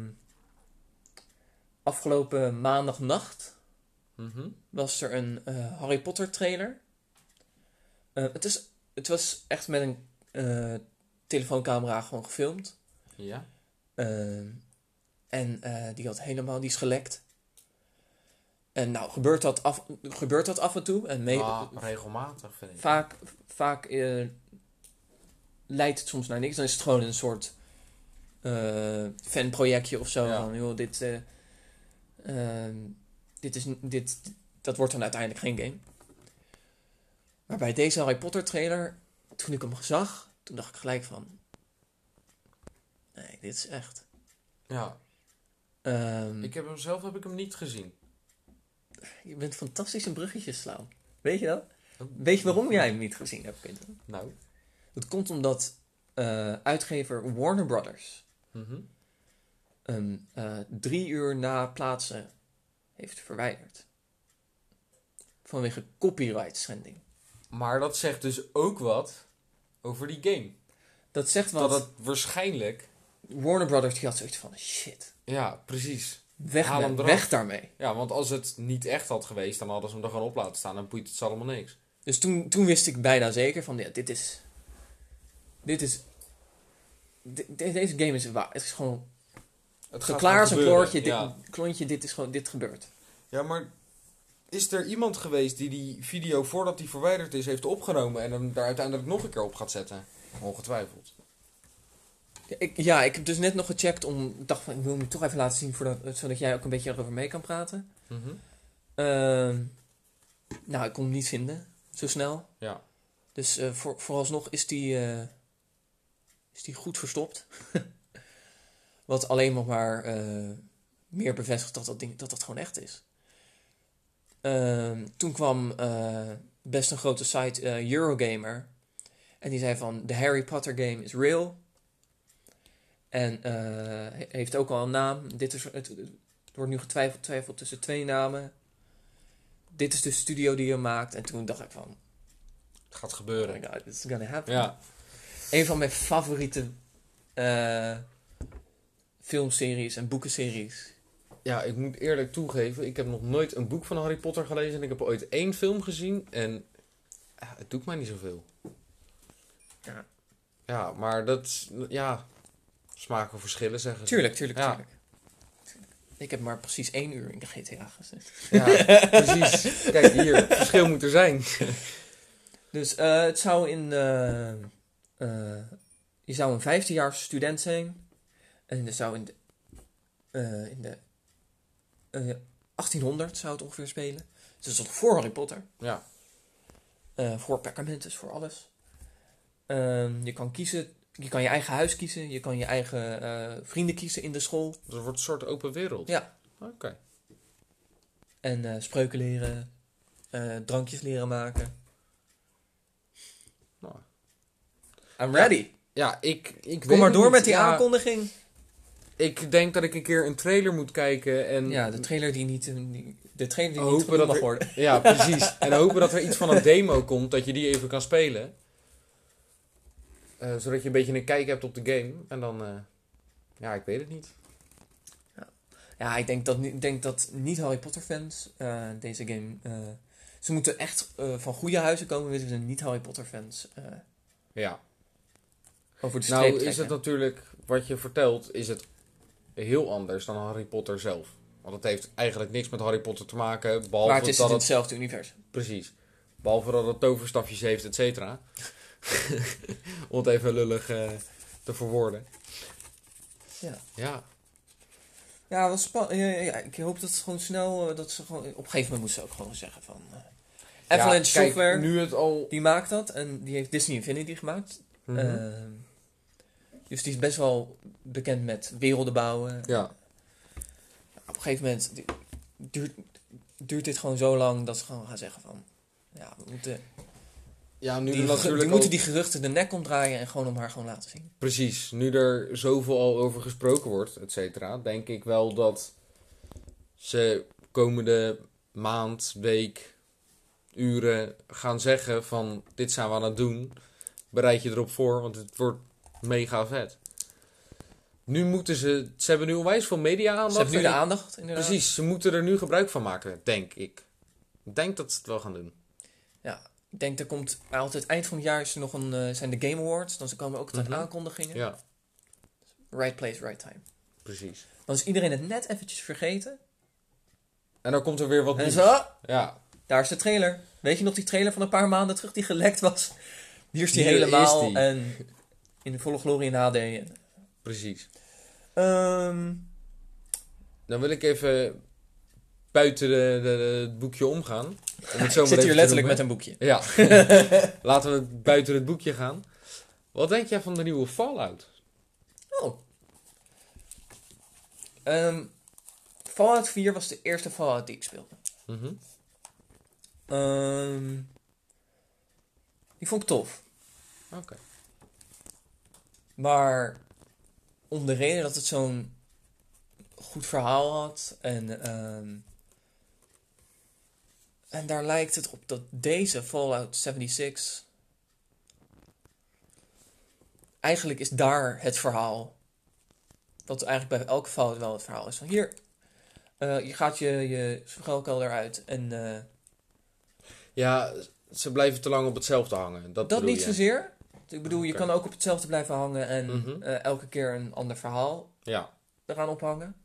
afgelopen maandagnacht Mhm. was er een eh, Harry Potter trailer. Eh, het, is, het was echt met een eh, telefooncamera gewoon gefilmd. Ja. Ehm, en eh, die had helemaal, die is gelekt. En nou, gebeurt dat af, gebeurt dat af en toe. En mee, Ah, regelmatig vind ik. vaak vaak eh, leidt het soms naar niks. Dan is het gewoon een soort eh, fanprojectje of zo. Ja. Van, joh, dit, eh, ehm, dit is, dit, dat wordt dan uiteindelijk geen game. Maar bij deze Harry Potter trailer, toen ik hem zag, toen dacht ik gelijk van... Nee, dit is echt. Ja. Ehm, Ik heb hem zelf heb ik hem niet gezien. Je bent fantastisch in bruggetjes slaan. Weet je dat? Weet je waarom jij hem niet gezien hebt, Quinten? Nou. Dat komt omdat eh, uitgever Warner Brothers Mhm. hem eh, drie uur na plaatsen heeft verwijderd. Vanwege copyright schending. Maar dat zegt dus ook wat over die game. Dat zegt wat. Dat het waarschijnlijk... Warner Brothers die had zoiets van, shit, Ja, precies. weg, Haal met- hem eraf. weg daarmee. Ja, want als het niet echt had geweest, dan hadden ze hem er gewoon op laten staan. Dan boeit het ze allemaal niks. Dus toen, toen wist ik bijna zeker van, ja, dit is... Dit is de- de- deze game is, wa- het is gewoon Het geklaar als een gebeuren, klontje. Dit, ja. klontje, dit is gewoon, dit gebeurt. Ja, maar is er iemand geweest die die video voordat die verwijderd is heeft opgenomen en hem daar uiteindelijk nog een keer op gaat zetten? Ongetwijfeld. Ja, ik, ja, ik heb dus net nog gecheckt om, ik dacht van, ik wil hem je toch even laten zien, voordat, zodat jij ook een beetje erover mee kan praten. Mhm. Ehm, nou, ik kon hem niet vinden, zo snel. Ja. Dus eh, voor, vooralsnog is die, eh, is die goed verstopt. Wat alleen nog maar eh, meer bevestigt dat dat, ding, dat dat gewoon echt is. Ehm, toen kwam eh, best een grote site, eh, Eurogamer. En die zei van, de Harry Potter game is real. En eh, he- heeft ook al een naam. Dit is, het, het wordt nu getwijfeld twijfeld tussen twee namen. Dit is de studio die je maakt. En toen dacht ik van, Het gaat oh gebeuren. my god, this is gonna happen. Ja. Een van mijn favoriete eh, filmseries en boekenseries. Ja, ik moet eerlijk toegeven, ik heb nog nooit een boek van Harry Potter gelezen en ik heb ooit één film gezien en ja, het doet mij niet zoveel. Ja. Ja, maar dat, is- ja, smaken verschillen zeggen ze. Tuurlijk, tuurlijk, Ja. tuurlijk. Tuurlijk. Ik heb maar precies één uur in de G T A gezet. Ja, precies. Kijk hier, het verschil moet er zijn. Dus eh, het zou in... eh, eh, je zou een vijftienjarige student zijn. En er zou in de... eh, in de eh, achttienhonderd zou het ongeveer spelen. Dus dat is nog voor Harry Potter. Ja, Eh, voor Perkamentus, voor alles. Ehm, je kan kiezen... Je kan je eigen huis kiezen. Je kan je eigen eh, vrienden kiezen in de school. dus het wordt een soort open wereld. Ja. Oké. En eh, spreuken leren. eh, drankjes leren maken. Nou. I'm Ja. ready. Ja, ik, ik weet Kom maar het door niet. met die Ja, aankondiging. Ik denk dat ik een keer een trailer moet kijken en... Ja, de trailer die niet, eh, die- de trailer die Hopen niet genoemd dat mag er- worden. Ja, precies. En hopen dat er iets van een demo komt, dat je die even kan spelen. Eh, zodat je een beetje een kijk hebt op de game. En dan, eh, ja, ik weet het niet. Ja, ik denk dat, ni- ik denk dat niet Harry Potter fans eh, deze game... eh, ze moeten echt eh, van goede huizen komen, willen ze niet Harry Potter fans eh, Ja. over de streep Nou trekken. is het natuurlijk, wat je vertelt, is het heel anders dan Harry Potter zelf. Want het heeft eigenlijk niks met Harry Potter te maken, behalve Maar het is dat in het... hetzelfde universum. Precies. Behalve dat het toverstafjes heeft, et cetera. Om het even lullig eh, te verwoorden. Ja. Ja. Ja, wat spa- ja, ja, ja, ik hoop dat het gewoon snel... eh, dat ze gewoon, op een gegeven moment moeten ze ook gewoon zeggen van... eh Avalanche Ja, kijk, Software, nu het al... die maakt dat. En die heeft Disney Infinity gemaakt. Mhm. Ehm, dus die is best wel bekend met werelden bouwen. ja. Op een gegeven moment du- duurt, duurt dit gewoon zo lang dat ze gewoon gaan zeggen van... Ja, we moeten, Ja, nu die, er ge- natuurlijk die moeten al- die geruchten de nek omdraaien en gewoon om haar gewoon laten zien. Precies, nu er zoveel al over gesproken wordt, et cetera, denk ik wel dat ze komende maand, week, uren gaan zeggen van dit zijn we aan het doen. Bereid je erop voor, want het wordt mega vet. Nu moeten ze, ze hebben nu onwijs veel media aandacht. Ze hebben nu de en ik- aandacht, inderdaad. Precies, ze moeten er nu gebruik van maken, denk ik. Ik denk dat ze het wel gaan doen. Ja, ik denk er komt altijd eind van het jaar is er nog een, eh, zijn de Game Awards. Dan komen ook altijd Mhm. aankondigingen. Ja, Right place, right time. precies. Dan is iedereen het net eventjes vergeten. En dan komt er weer wat En nieuws. zo, Ja, daar is de trailer. Weet je nog die trailer van een paar maanden terug die gelekt was? Hier is die Hier helemaal. is die. En in de volle glorie in H D. En, precies. Ehm, Dan wil ik even buiten de, de, de- het boekje omgaan. Om het zo ik maar zit hier even letterlijk te met een boekje. Ja, laten we buiten het boekje gaan. Wat denk jij van de nieuwe Fallout? Oh. Ehm, Fallout vier was de eerste Fallout die ik speelde. Mhm. Ehm, die vond ik tof. Oké. Maar om de reden dat het zo'n goed verhaal had. En, ehm, en daar lijkt het op dat deze Fallout zevenenzestig... Eigenlijk is daar het verhaal. Dat eigenlijk bij elke Fallout wel het verhaal is. Van hier, eh, je gaat je, je schuilkelder uit. En eh, Ja, ze blijven te lang op hetzelfde hangen. Dat, dat bedoel niet je. zozeer. Ik bedoel, je Okay. kan ook op hetzelfde blijven hangen en Mhm. uh, elke keer een ander verhaal Ja. eraan ophangen.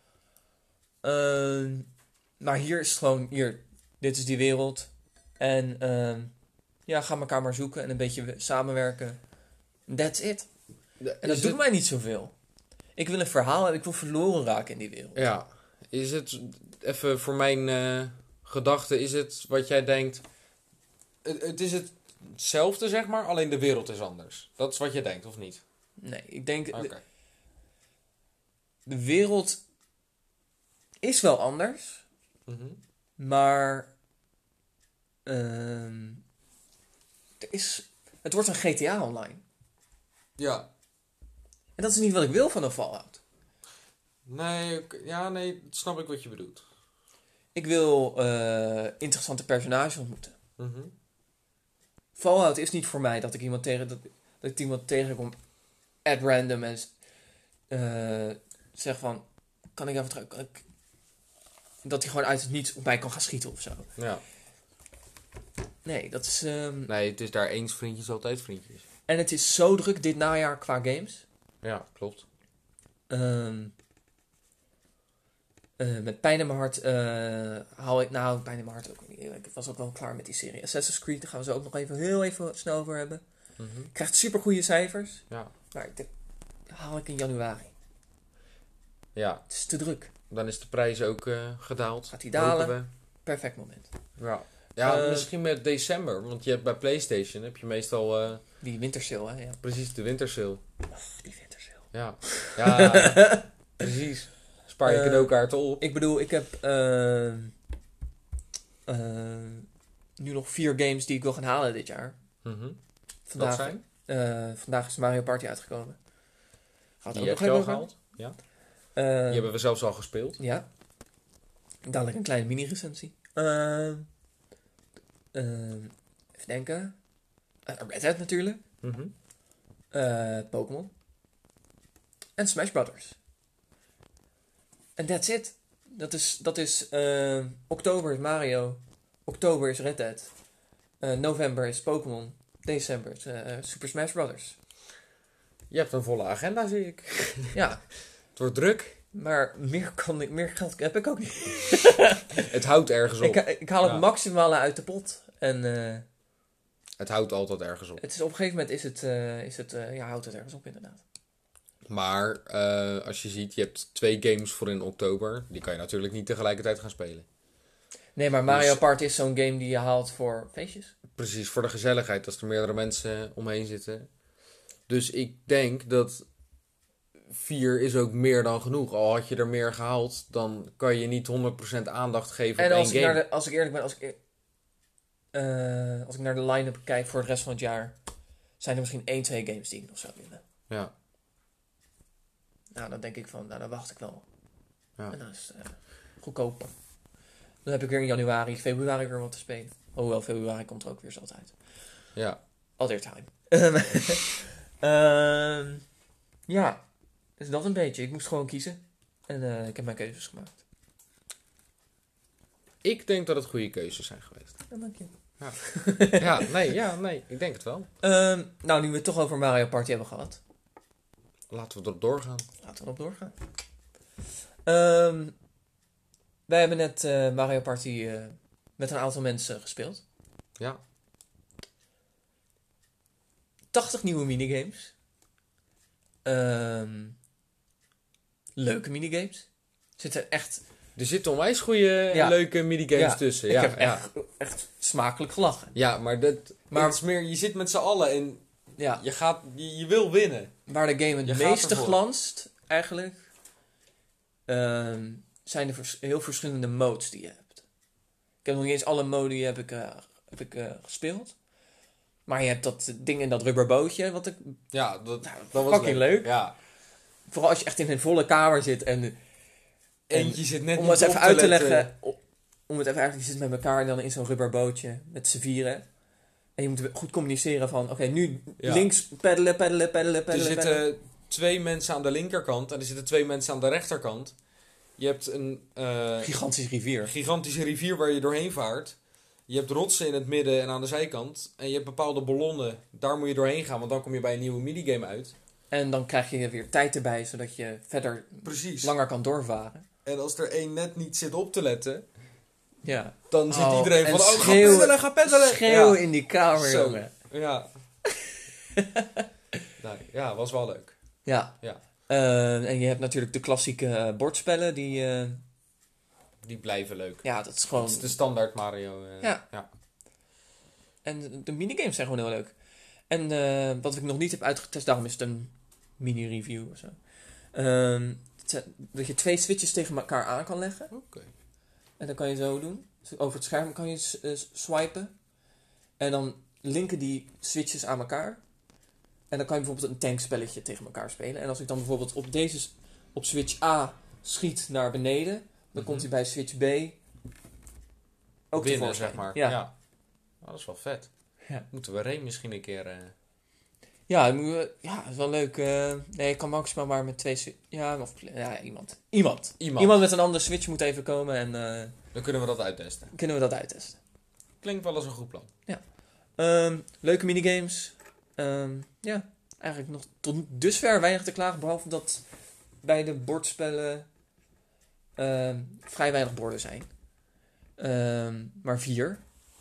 Uh, maar hier is het gewoon, hier, dit is die wereld. En uh, ja, ga elkaar maar zoeken en een beetje samenwerken. That's it. De, En dat doet het... mij niet zoveel. Ik wil een verhaal hebben, ik wil verloren raken in die wereld. Ja. Is het, even voor mijn uh, gedachte, is het wat jij denkt... Het, het is hetzelfde, zeg maar, alleen de wereld is anders. Dat is wat je denkt, of niet? Nee, ik denk... Okay. De, de wereld is wel anders. Mm-hmm. Maar... Uh, er is, het wordt een G T A online. Ja. En dat is niet wat ik wil van een Fallout. Nee, ja, nee, snap ik wat je bedoelt. Ik wil uh, interessante personages ontmoeten. Mm-hmm. Fallout is niet voor mij dat ik iemand tegen dat, dat ik iemand tegenkom at random en uh, zeg van, kan ik even terug, kan ik, dat hij gewoon uit het niets op mij kan gaan schieten of zo. Ja. Nee, dat is... Um, nee, het is daar eens vriendjes, altijd vriendjes. En het is zo druk dit najaar qua games. Ja, klopt. Um, uh, met pijn in mijn hart uh, hou ik... Nou, pijn in mijn hart ook niet. Ik was ook wel klaar met die serie. Assassin's Creed, daar gaan we zo ook nog even heel even snel over hebben. Mm-hmm. Krijgt super goede cijfers. Ja. Maar dat haal ik in januari. Ja. Het is te druk. Dan is de prijs ook uh, gedaald. Gaat die dalen. Perfect moment. Ja. Ja, uh, misschien met december. Want je hebt bij PlayStation heb je meestal... Uh, die wintersale, hè? Ja. Precies, de wintersale. Oh, die wintersale. Ja. Ja, precies. Spaar je uh, cadeaukaarten op. Ik bedoel, ik heb uh, uh, nu nog vier games die ik wil gaan halen dit jaar. Mm-hmm. Vandaag, Wat zijn? Uh, vandaag is Mario Party uitgekomen. Gaat die heb je al gehaald? Ja. Uh, die hebben we zelfs al gespeeld. Ja. Dadelijk een kleine mini-recensie. Uh, uh, even denken. Uh, Red Hat natuurlijk. Mm-hmm. Uh, Pokémon. En Smash Brothers. En that's it. Dat is, dat is uh, oktober is Mario. Oktober is Red Dead. Uh, november is Pokémon. December is uh, Super Smash Brothers. Je hebt een volle agenda, zie ik. Ja. Het wordt druk. Maar meer, kan ik, meer geld heb ik ook niet. Het houdt ergens op. Ik, ik haal het ja. maximale uit de pot. En, uh, het houdt altijd ergens op. Het is, op een gegeven moment is het, uh, is het uh, ja, houdt het ergens op inderdaad. Maar uh, als je ziet, je hebt twee games voor in oktober. Die kan je natuurlijk niet tegelijkertijd gaan spelen. Nee, maar Mario dus, Party is zo'n game die je haalt voor feestjes. Precies, voor de gezelligheid. Als er meerdere mensen omheen zitten. Dus ik denk dat vier is ook meer dan genoeg. Al had je er meer gehaald, dan kan je niet honderd procent aandacht geven en op als één ik game. Naar de, als ik eerlijk ben, als ik, uh, als ik naar de line-up kijk voor de rest van het jaar, zijn er misschien één, twee games die ik nog zou willen. Ja. Nou, dan denk ik van, nou, dan wacht ik wel. Ja. En dan is het uh, goedkoop. Dan heb ik weer in januari, februari weer wat te spelen. Hoewel, februari komt er ook weer zat uit. Ja. Other time. uh, ja, dus dat een beetje. Ik moest gewoon kiezen. En uh, ik heb mijn keuzes gemaakt. Ik denk dat het goede keuzes zijn geweest. Ja, dank je. Ja, ja, nee, ja, nee, ik denk het wel. Uh, nou, nu we het toch over Mario Party hebben gehad. Laten we erop doorgaan. Laten we erop doorgaan. Uh, wij hebben net uh, Mario Party uh, met een aantal mensen gespeeld. Ja. tachtig nieuwe minigames. Uh, leuke minigames. Zitten echt... Er zitten onwijs goede, ja. leuke minigames ja. tussen. Ja, ik heb ja. echt, echt smakelijk gelachen. Ja, maar, dat, maar het is meer, je zit met z'n allen en ja. je, gaat, je, je wil winnen. Waar de game het je meeste glanst, eigenlijk, uh, zijn de vers- heel verschillende modes die je hebt. Ik heb nog niet eens alle modi heb ik, uh, heb ik uh, gespeeld. Maar je hebt dat ding in dat rubberbootje, wat ik... Ja, dat, nou, dat was fucking leuk. leuk. Ja. Vooral als je echt in een volle kamer zit en... Eentje zit net om het even uit te leggen, om het even eigenlijk, je zit met elkaar dan in zo'n rubberbootje met z'n vieren. En je moet goed communiceren van, oké, okay, nu ja. links peddelen, peddelen, peddelen, peddelen. Er zitten twee mensen aan de linkerkant en er zitten twee mensen aan de rechterkant. Je hebt een... Uh, gigantische rivier. gigantische rivier waar je doorheen vaart. je hebt rotsen in het midden en aan de zijkant. En je hebt bepaalde ballonnen. Daar moet je doorheen gaan, want dan kom je bij een nieuwe minigame uit. En dan krijg je weer tijd erbij, zodat je verder Precies. langer kan doorvaren. En als er één net niet zit op te letten, Ja. dan zit Oh, iedereen en van, oh, ga schreeuwen- peddelen, ga peddelen. Schreeuwen Ja. in die kamer, Zo. jongen. Ja. Nee, ja, was wel leuk. Ja. Ja. Eh, en je hebt natuurlijk de klassieke eh, bordspellen, die... eh, Die blijven leuk. ja, dat is gewoon... Het is de standaard Mario. eh, Ja. ja. En de, de minigames zijn gewoon heel leuk. En eh, wat ik nog niet heb uitgetest, daarom is het een mini-review of zo. Ehm, het zijn- dat je twee switches tegen elkaar aan kan leggen. Oké. En dan kan je zo doen. Dus over het scherm kan je s- eh, swipen. En dan linken die switches aan elkaar. En dan kan je bijvoorbeeld een tankspelletje tegen elkaar spelen. En als ik dan bijvoorbeeld op deze s- op switch A schiet naar beneden, dan Mhm. komt hij bij switch B ook Winnen, tevoorschijn. zeg maar. Ja. Ja. Oh, dat is wel vet. Ja. Moeten we Ray misschien een keer... eh, Ja, dan moet je- ja, dat is wel leuk. eh, nee, ik kan maximaal maar met twee switch. Ja, of ja, iemand. Iemand. Iemand. Iemand met een andere switch moet even komen en eh, Dan kunnen we dat uittesten. kunnen we dat uittesten. Klinkt wel als een goed plan. Ehm, leuke minigames. Ehm, ja, eigenlijk nog tot dusver weinig te klagen. Behalve dat bij de bordspellen ehm, vrij weinig borden zijn. Ehm, maar vier.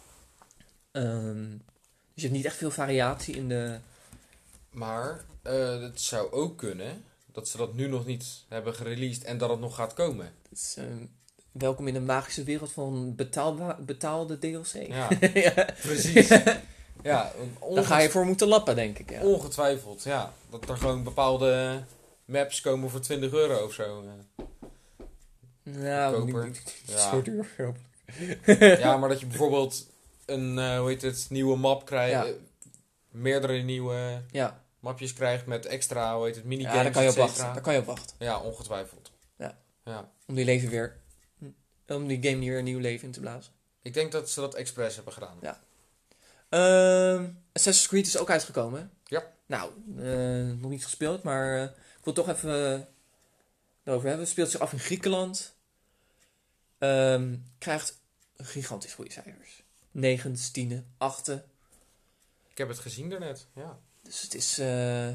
Ehm, dus je hebt niet echt veel variatie in de... Maar eh, het zou ook kunnen dat ze dat nu nog niet hebben gereleased en dat het nog gaat komen. Dus, ehm, welkom in de magische wereld van betaalba- betaalde D L C. Ja, Ja. precies. Ja, onge- Daar ga je voor moeten lappen, denk ik. Ja. ongetwijfeld. Ja, dat er gewoon bepaalde maps komen voor twintig euro of zo. eh. Nou, goedkoper. niet, niet Ja. zo duur. Ja, maar dat je bijvoorbeeld een, eh, hoe heet het, nieuwe map krijgt. Ja. eh, meerdere nieuwe Ja, mapjes krijgt met extra, hoe heet het, minigames, ja daar kan je op et cetera. wachten. Daar kan je op wachten. Ja, ongetwijfeld. Ja. Ja. Om die leven weer... Om die game weer een nieuw leven in te blazen. Ik denk dat ze dat expres hebben gedaan. Ja. Ehm, Assassin's Creed is ook uitgekomen. Hè? Ja. Nou, eh, nog niet gespeeld, maar eh, ik wil toch even eh, erover hebben. Het speelt zich af in Griekenland. Ehm, krijgt gigantisch goede cijfers. Negens, tienen, achten. Ik heb het gezien daarnet. Ja. Dus het is... eh,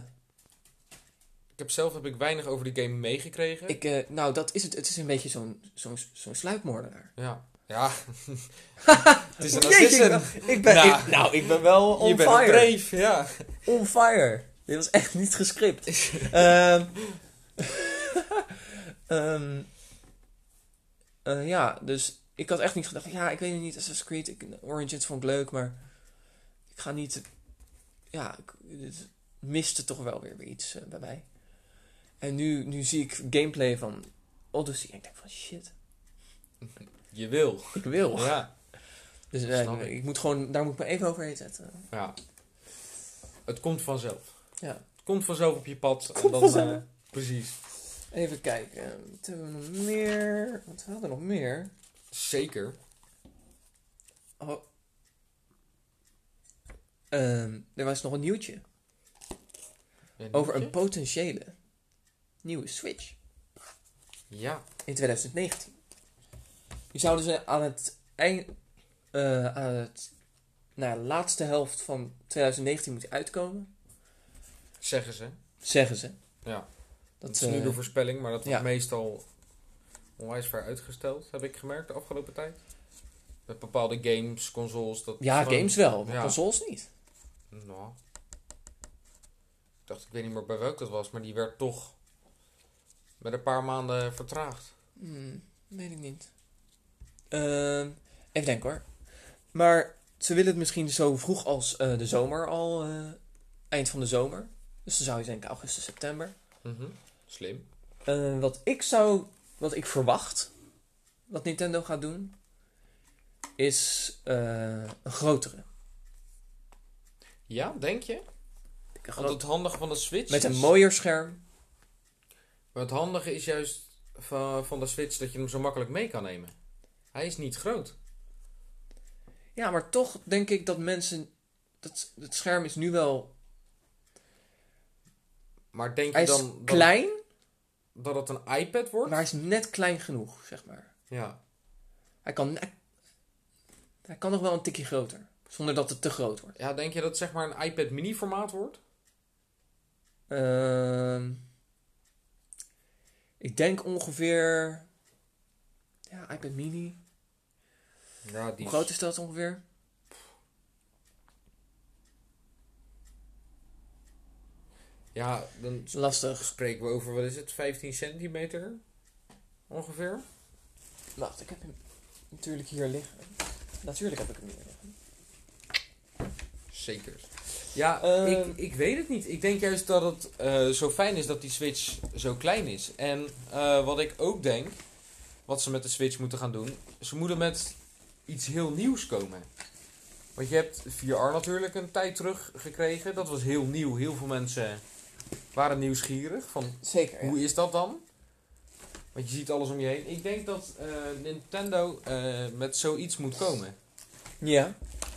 Ik heb zelf heb ik weinig over die game meegekregen. ik, eh, nou, dat is het. Het is een beetje zo'n zo'n zo'n sluipmoordenaar. Ja. Ja. Het is een Jeetje, assassin. ik ben, Nou. ik- nou, ik ben wel on Je bent een fire. brave, ja. On fire. Dit was echt niet gescript. Ehm ehm, eh, ja, dus ik had echt niet gedacht. Ja, ik weet het niet. Assassin's Creed, ik, Origins vond ik leuk, maar ik ga niet. Ja, ik, het miste toch wel weer, weer iets eh, bij mij. En nu, nu zie ik gameplay van Odyssey en ik denk van shit, Je wil. ik wil. Ja. Dus eh, Snap ik, ik. ik moet gewoon, daar moet ik me even overheen zetten. Ja. Het komt vanzelf. Ja. Het komt vanzelf op je pad. en Komt dan, vanzelf. eh, precies. Even kijken. Wat hebben we nog meer? Wat hadden we nog meer? Zeker. Oh. Ehm, er was nog een nieuwtje. Een Over een nieuwtje? potentiële nieuwe Switch Ja. in twintig negentien. Die zouden ze aan het eind, eh, aan het, nou, ja, laatste helft van twintig negentien moeten uitkomen. Zeggen ze. Zeggen ze. Ja. Dat Dat, is nu eh, de voorspelling, maar dat wordt ja. meestal onwijs ver uitgesteld, heb ik gemerkt de afgelopen tijd. Met bepaalde games, consoles. Dat ja, gewoon- games wel, maar Ja. consoles niet. Nou. Ik dacht, ik weet niet meer bij welk dat was, maar die werd toch met een paar maanden vertraagd. Hmm, weet ik niet. Ehm, even denken hoor. Maar ze willen het misschien zo vroeg als eh, de zomer al. eh, eind van de zomer. Dus dan zou je denken augustus, september. Mhm. Slim. Eh, wat ik zou... Wat ik verwacht... Wat Nintendo gaat doen... Is eh, een grotere. Ja, denk je? Een Want gro- het handige van de Switch met een is- mooier scherm. Maar het handige is juist van, van de Switch dat je hem zo makkelijk mee kan nemen. Hij is niet groot. Ja, maar toch denk ik dat mensen... Dat, het scherm is nu wel... Maar denk Hij je is dan dat, klein, dat het een iPad wordt? maar hij is net klein genoeg, zeg maar. Ja. Hij kan net... Hij kan nog wel een tikje groter. Zonder dat het te groot wordt. Ja, denk je dat het zeg maar een iPad mini formaat wordt? Ehm ik denk ongeveer... Ja, iPad mini. Ja, die Hoe groot is dat ongeveer? Ja, dan Lastig. spreken we over, wat is het, vijftien centimeter? Ongeveer? Wacht, ik heb hem natuurlijk hier liggen. Natuurlijk heb ik hem hier liggen. Zeker. Ja, Ehm. ik, ik weet het niet. Ik denk juist dat het eh, zo fijn is dat die Switch zo klein is. En eh, wat ik ook denk, wat ze met de Switch moeten gaan doen, ze moeten met iets heel nieuws komen. Want je hebt V R natuurlijk een tijd terug gekregen. Dat was heel nieuw. Heel veel mensen waren nieuwsgierig van Zeker, hoe is dat dan? Want je ziet alles om je heen. Ik denk dat eh, Nintendo eh, met zoiets moet komen. Ja.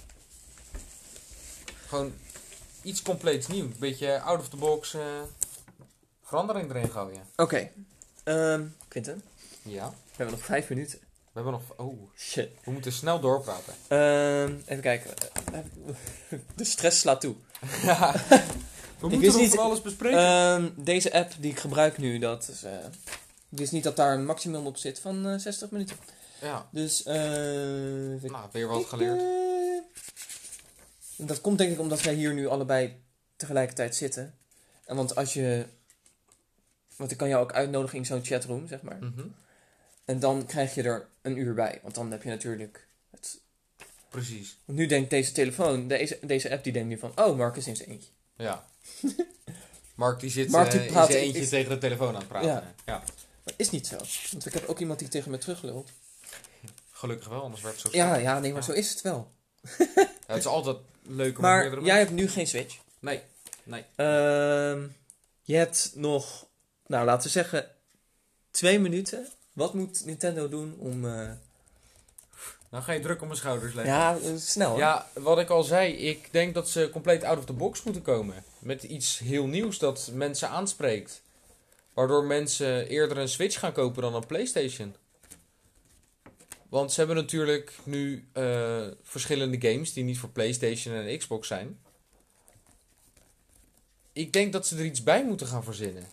Gewoon iets compleets nieuw. Een beetje out of the box eh, verandering erin gooien. Oké. Okay. Um, Quinten, Ja. we hebben nog vijf minuten. We hebben nog... Oh, Shit. we moeten snel doorpraten. Um, even kijken. De stress slaat toe. Ja. We Ik moeten wist nog niet- van alles bespreken. Um, deze app die ik gebruik nu, dat is... Uh, ik wist niet dat daar een maximum op zit van uh, zestig minuten. ja. Dus... Uh, Nou, weer wat geleerd. Uh, dat komt denk ik omdat wij hier nu allebei tegelijkertijd zitten. En want als je... Want ik kan jou ook uitnodigen in zo'n chatroom, zeg maar. Mhm. En dan krijg je er een uur bij. Want dan heb je natuurlijk... Het... Precies. Want nu denkt deze telefoon, deze, deze app die denkt nu van... Oh, Marcus in zijn eentje. Ja. Mark die zit Mark die eh, in praat- zijn eentje is- tegen de telefoon aan het praten. Ja. Ja. Maar is niet zo. Want ik heb ook iemand die tegen me teruglult. Gelukkig wel, anders werd het zo Ja, stil. ja, nee, maar Ja. zo is het wel. Ja, het is altijd leuk om met Maar meerdere jij mensen- hebt nu geen Switch. Nee, nee. Ehm, je hebt nog, nou laten we zeggen, twee minuten. Wat moet Nintendo doen om... eh, Dan ga je druk op mijn schouders leggen. ja, eh, snel. hè? Ja, wat ik al zei, ik denk dat ze compleet out of the box moeten komen. Met iets heel nieuws dat mensen aanspreekt. Waardoor mensen eerder een Switch gaan kopen dan een PlayStation. Want ze hebben natuurlijk nu eh, verschillende games die niet voor PlayStation en Xbox zijn. Ik denk dat ze er iets bij moeten gaan verzinnen.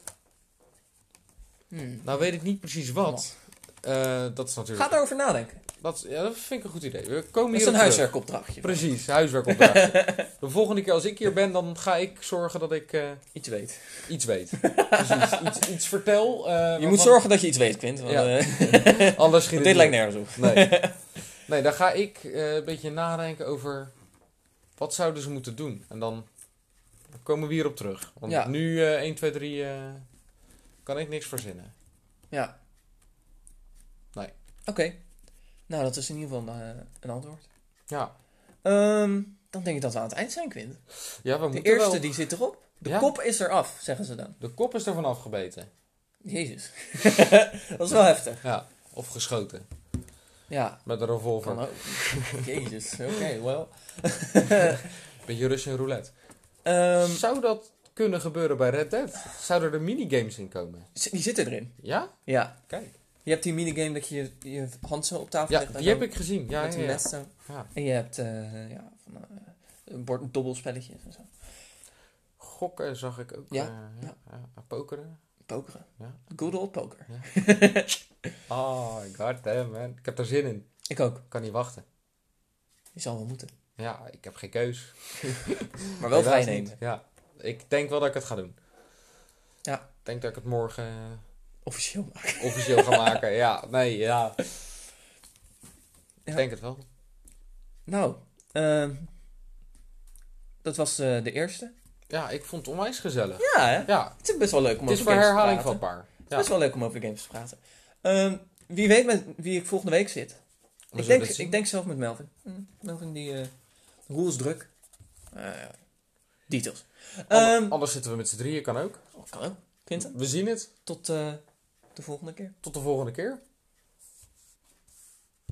Hmm. Nou weet ik niet precies wat. Eh, dat is natuurlijk... Ga erover nadenken. Dat, ja, dat vind ik een goed idee. We komen Dat is hier een op terug. huiswerkopdrachtje. Precies, huiswerkopdracht. De volgende keer als ik hier ben, dan ga ik zorgen dat ik eh, Iets weet. iets weet. Precies, iets, iets vertel. eh, Je waarvan- moet zorgen dat je iets weet, Quint. Want, Ja. eh, Anders schiet want het dit lijkt niet nergens op. op. Nee. Nee, dan ga ik eh, een beetje nadenken over wat zouden ze moeten doen. En dan komen we hierop terug. Want Ja. nu eh één, twee, drie eh, kan ik niks verzinnen. Ja. Nee. Oké. Nou, dat is in ieder geval uh, een antwoord. Ja, Ehm, dan denk ik dat we aan het eind zijn, Quint. ja we De moeten eerste wel... die zit erop. De Ja. kop is eraf, zeggen ze dan. De kop is ervan afgebeten. Jezus. Dat is wel heftig. Ja, of geschoten. Ja. Met een revolver. Kan ook. Jezus. Oké, wel. Beetje Russian roulette. Ehm, Zou dat kunnen gebeuren bij Red Dead? Zouden er minigames in komen? die zitten erin. Ja? Ja. Kijk. Je hebt die minigame dat je je hand zo op tafel Ja, legt. en die heb dan ik gezien. Ja, met ja, die ja. mes zo. Ja. En je hebt uh, ja, van, uh, een bord dobbelspelletjes en zo. Gokken zag ik ook. Ja, uh, ja. ja. ja. Pokeren. Pokeren. Ja. Good old poker. Ja. Oh, god damn man. Ik heb er zin in. Ik ook. Kan niet wachten. Je zal wel moeten. Ja, ik heb geen keus. Maar wel vrij Helaas nemen. niet. Ja. Ik denk wel dat ik het ga doen. Ja. Ik denk dat ik het morgen uh, officieel maken. officieel ga maken. Ja, nee, ja. Ja. Ik denk het wel. Nou, uh, dat was uh, de eerste. Ja, ik vond het onwijs gezellig. Ja, hè? Ja. Het is best wel leuk om Het is over voor games te herhaling praten. vatbaar. Het is Ja. best wel leuk om over games te praten. Uh, wie weet met wie ik volgende week zit. We Ik zullen denk, het zien. ik denk zelf met Melvin. Hm, Melvin die... Uh, de roel is druk. Uh, details. Ander- Um, Anders zitten we met z'n drieën, kan ook. kan ook. Quinten. We zien het. Tot uh, de volgende keer. Tot de volgende keer.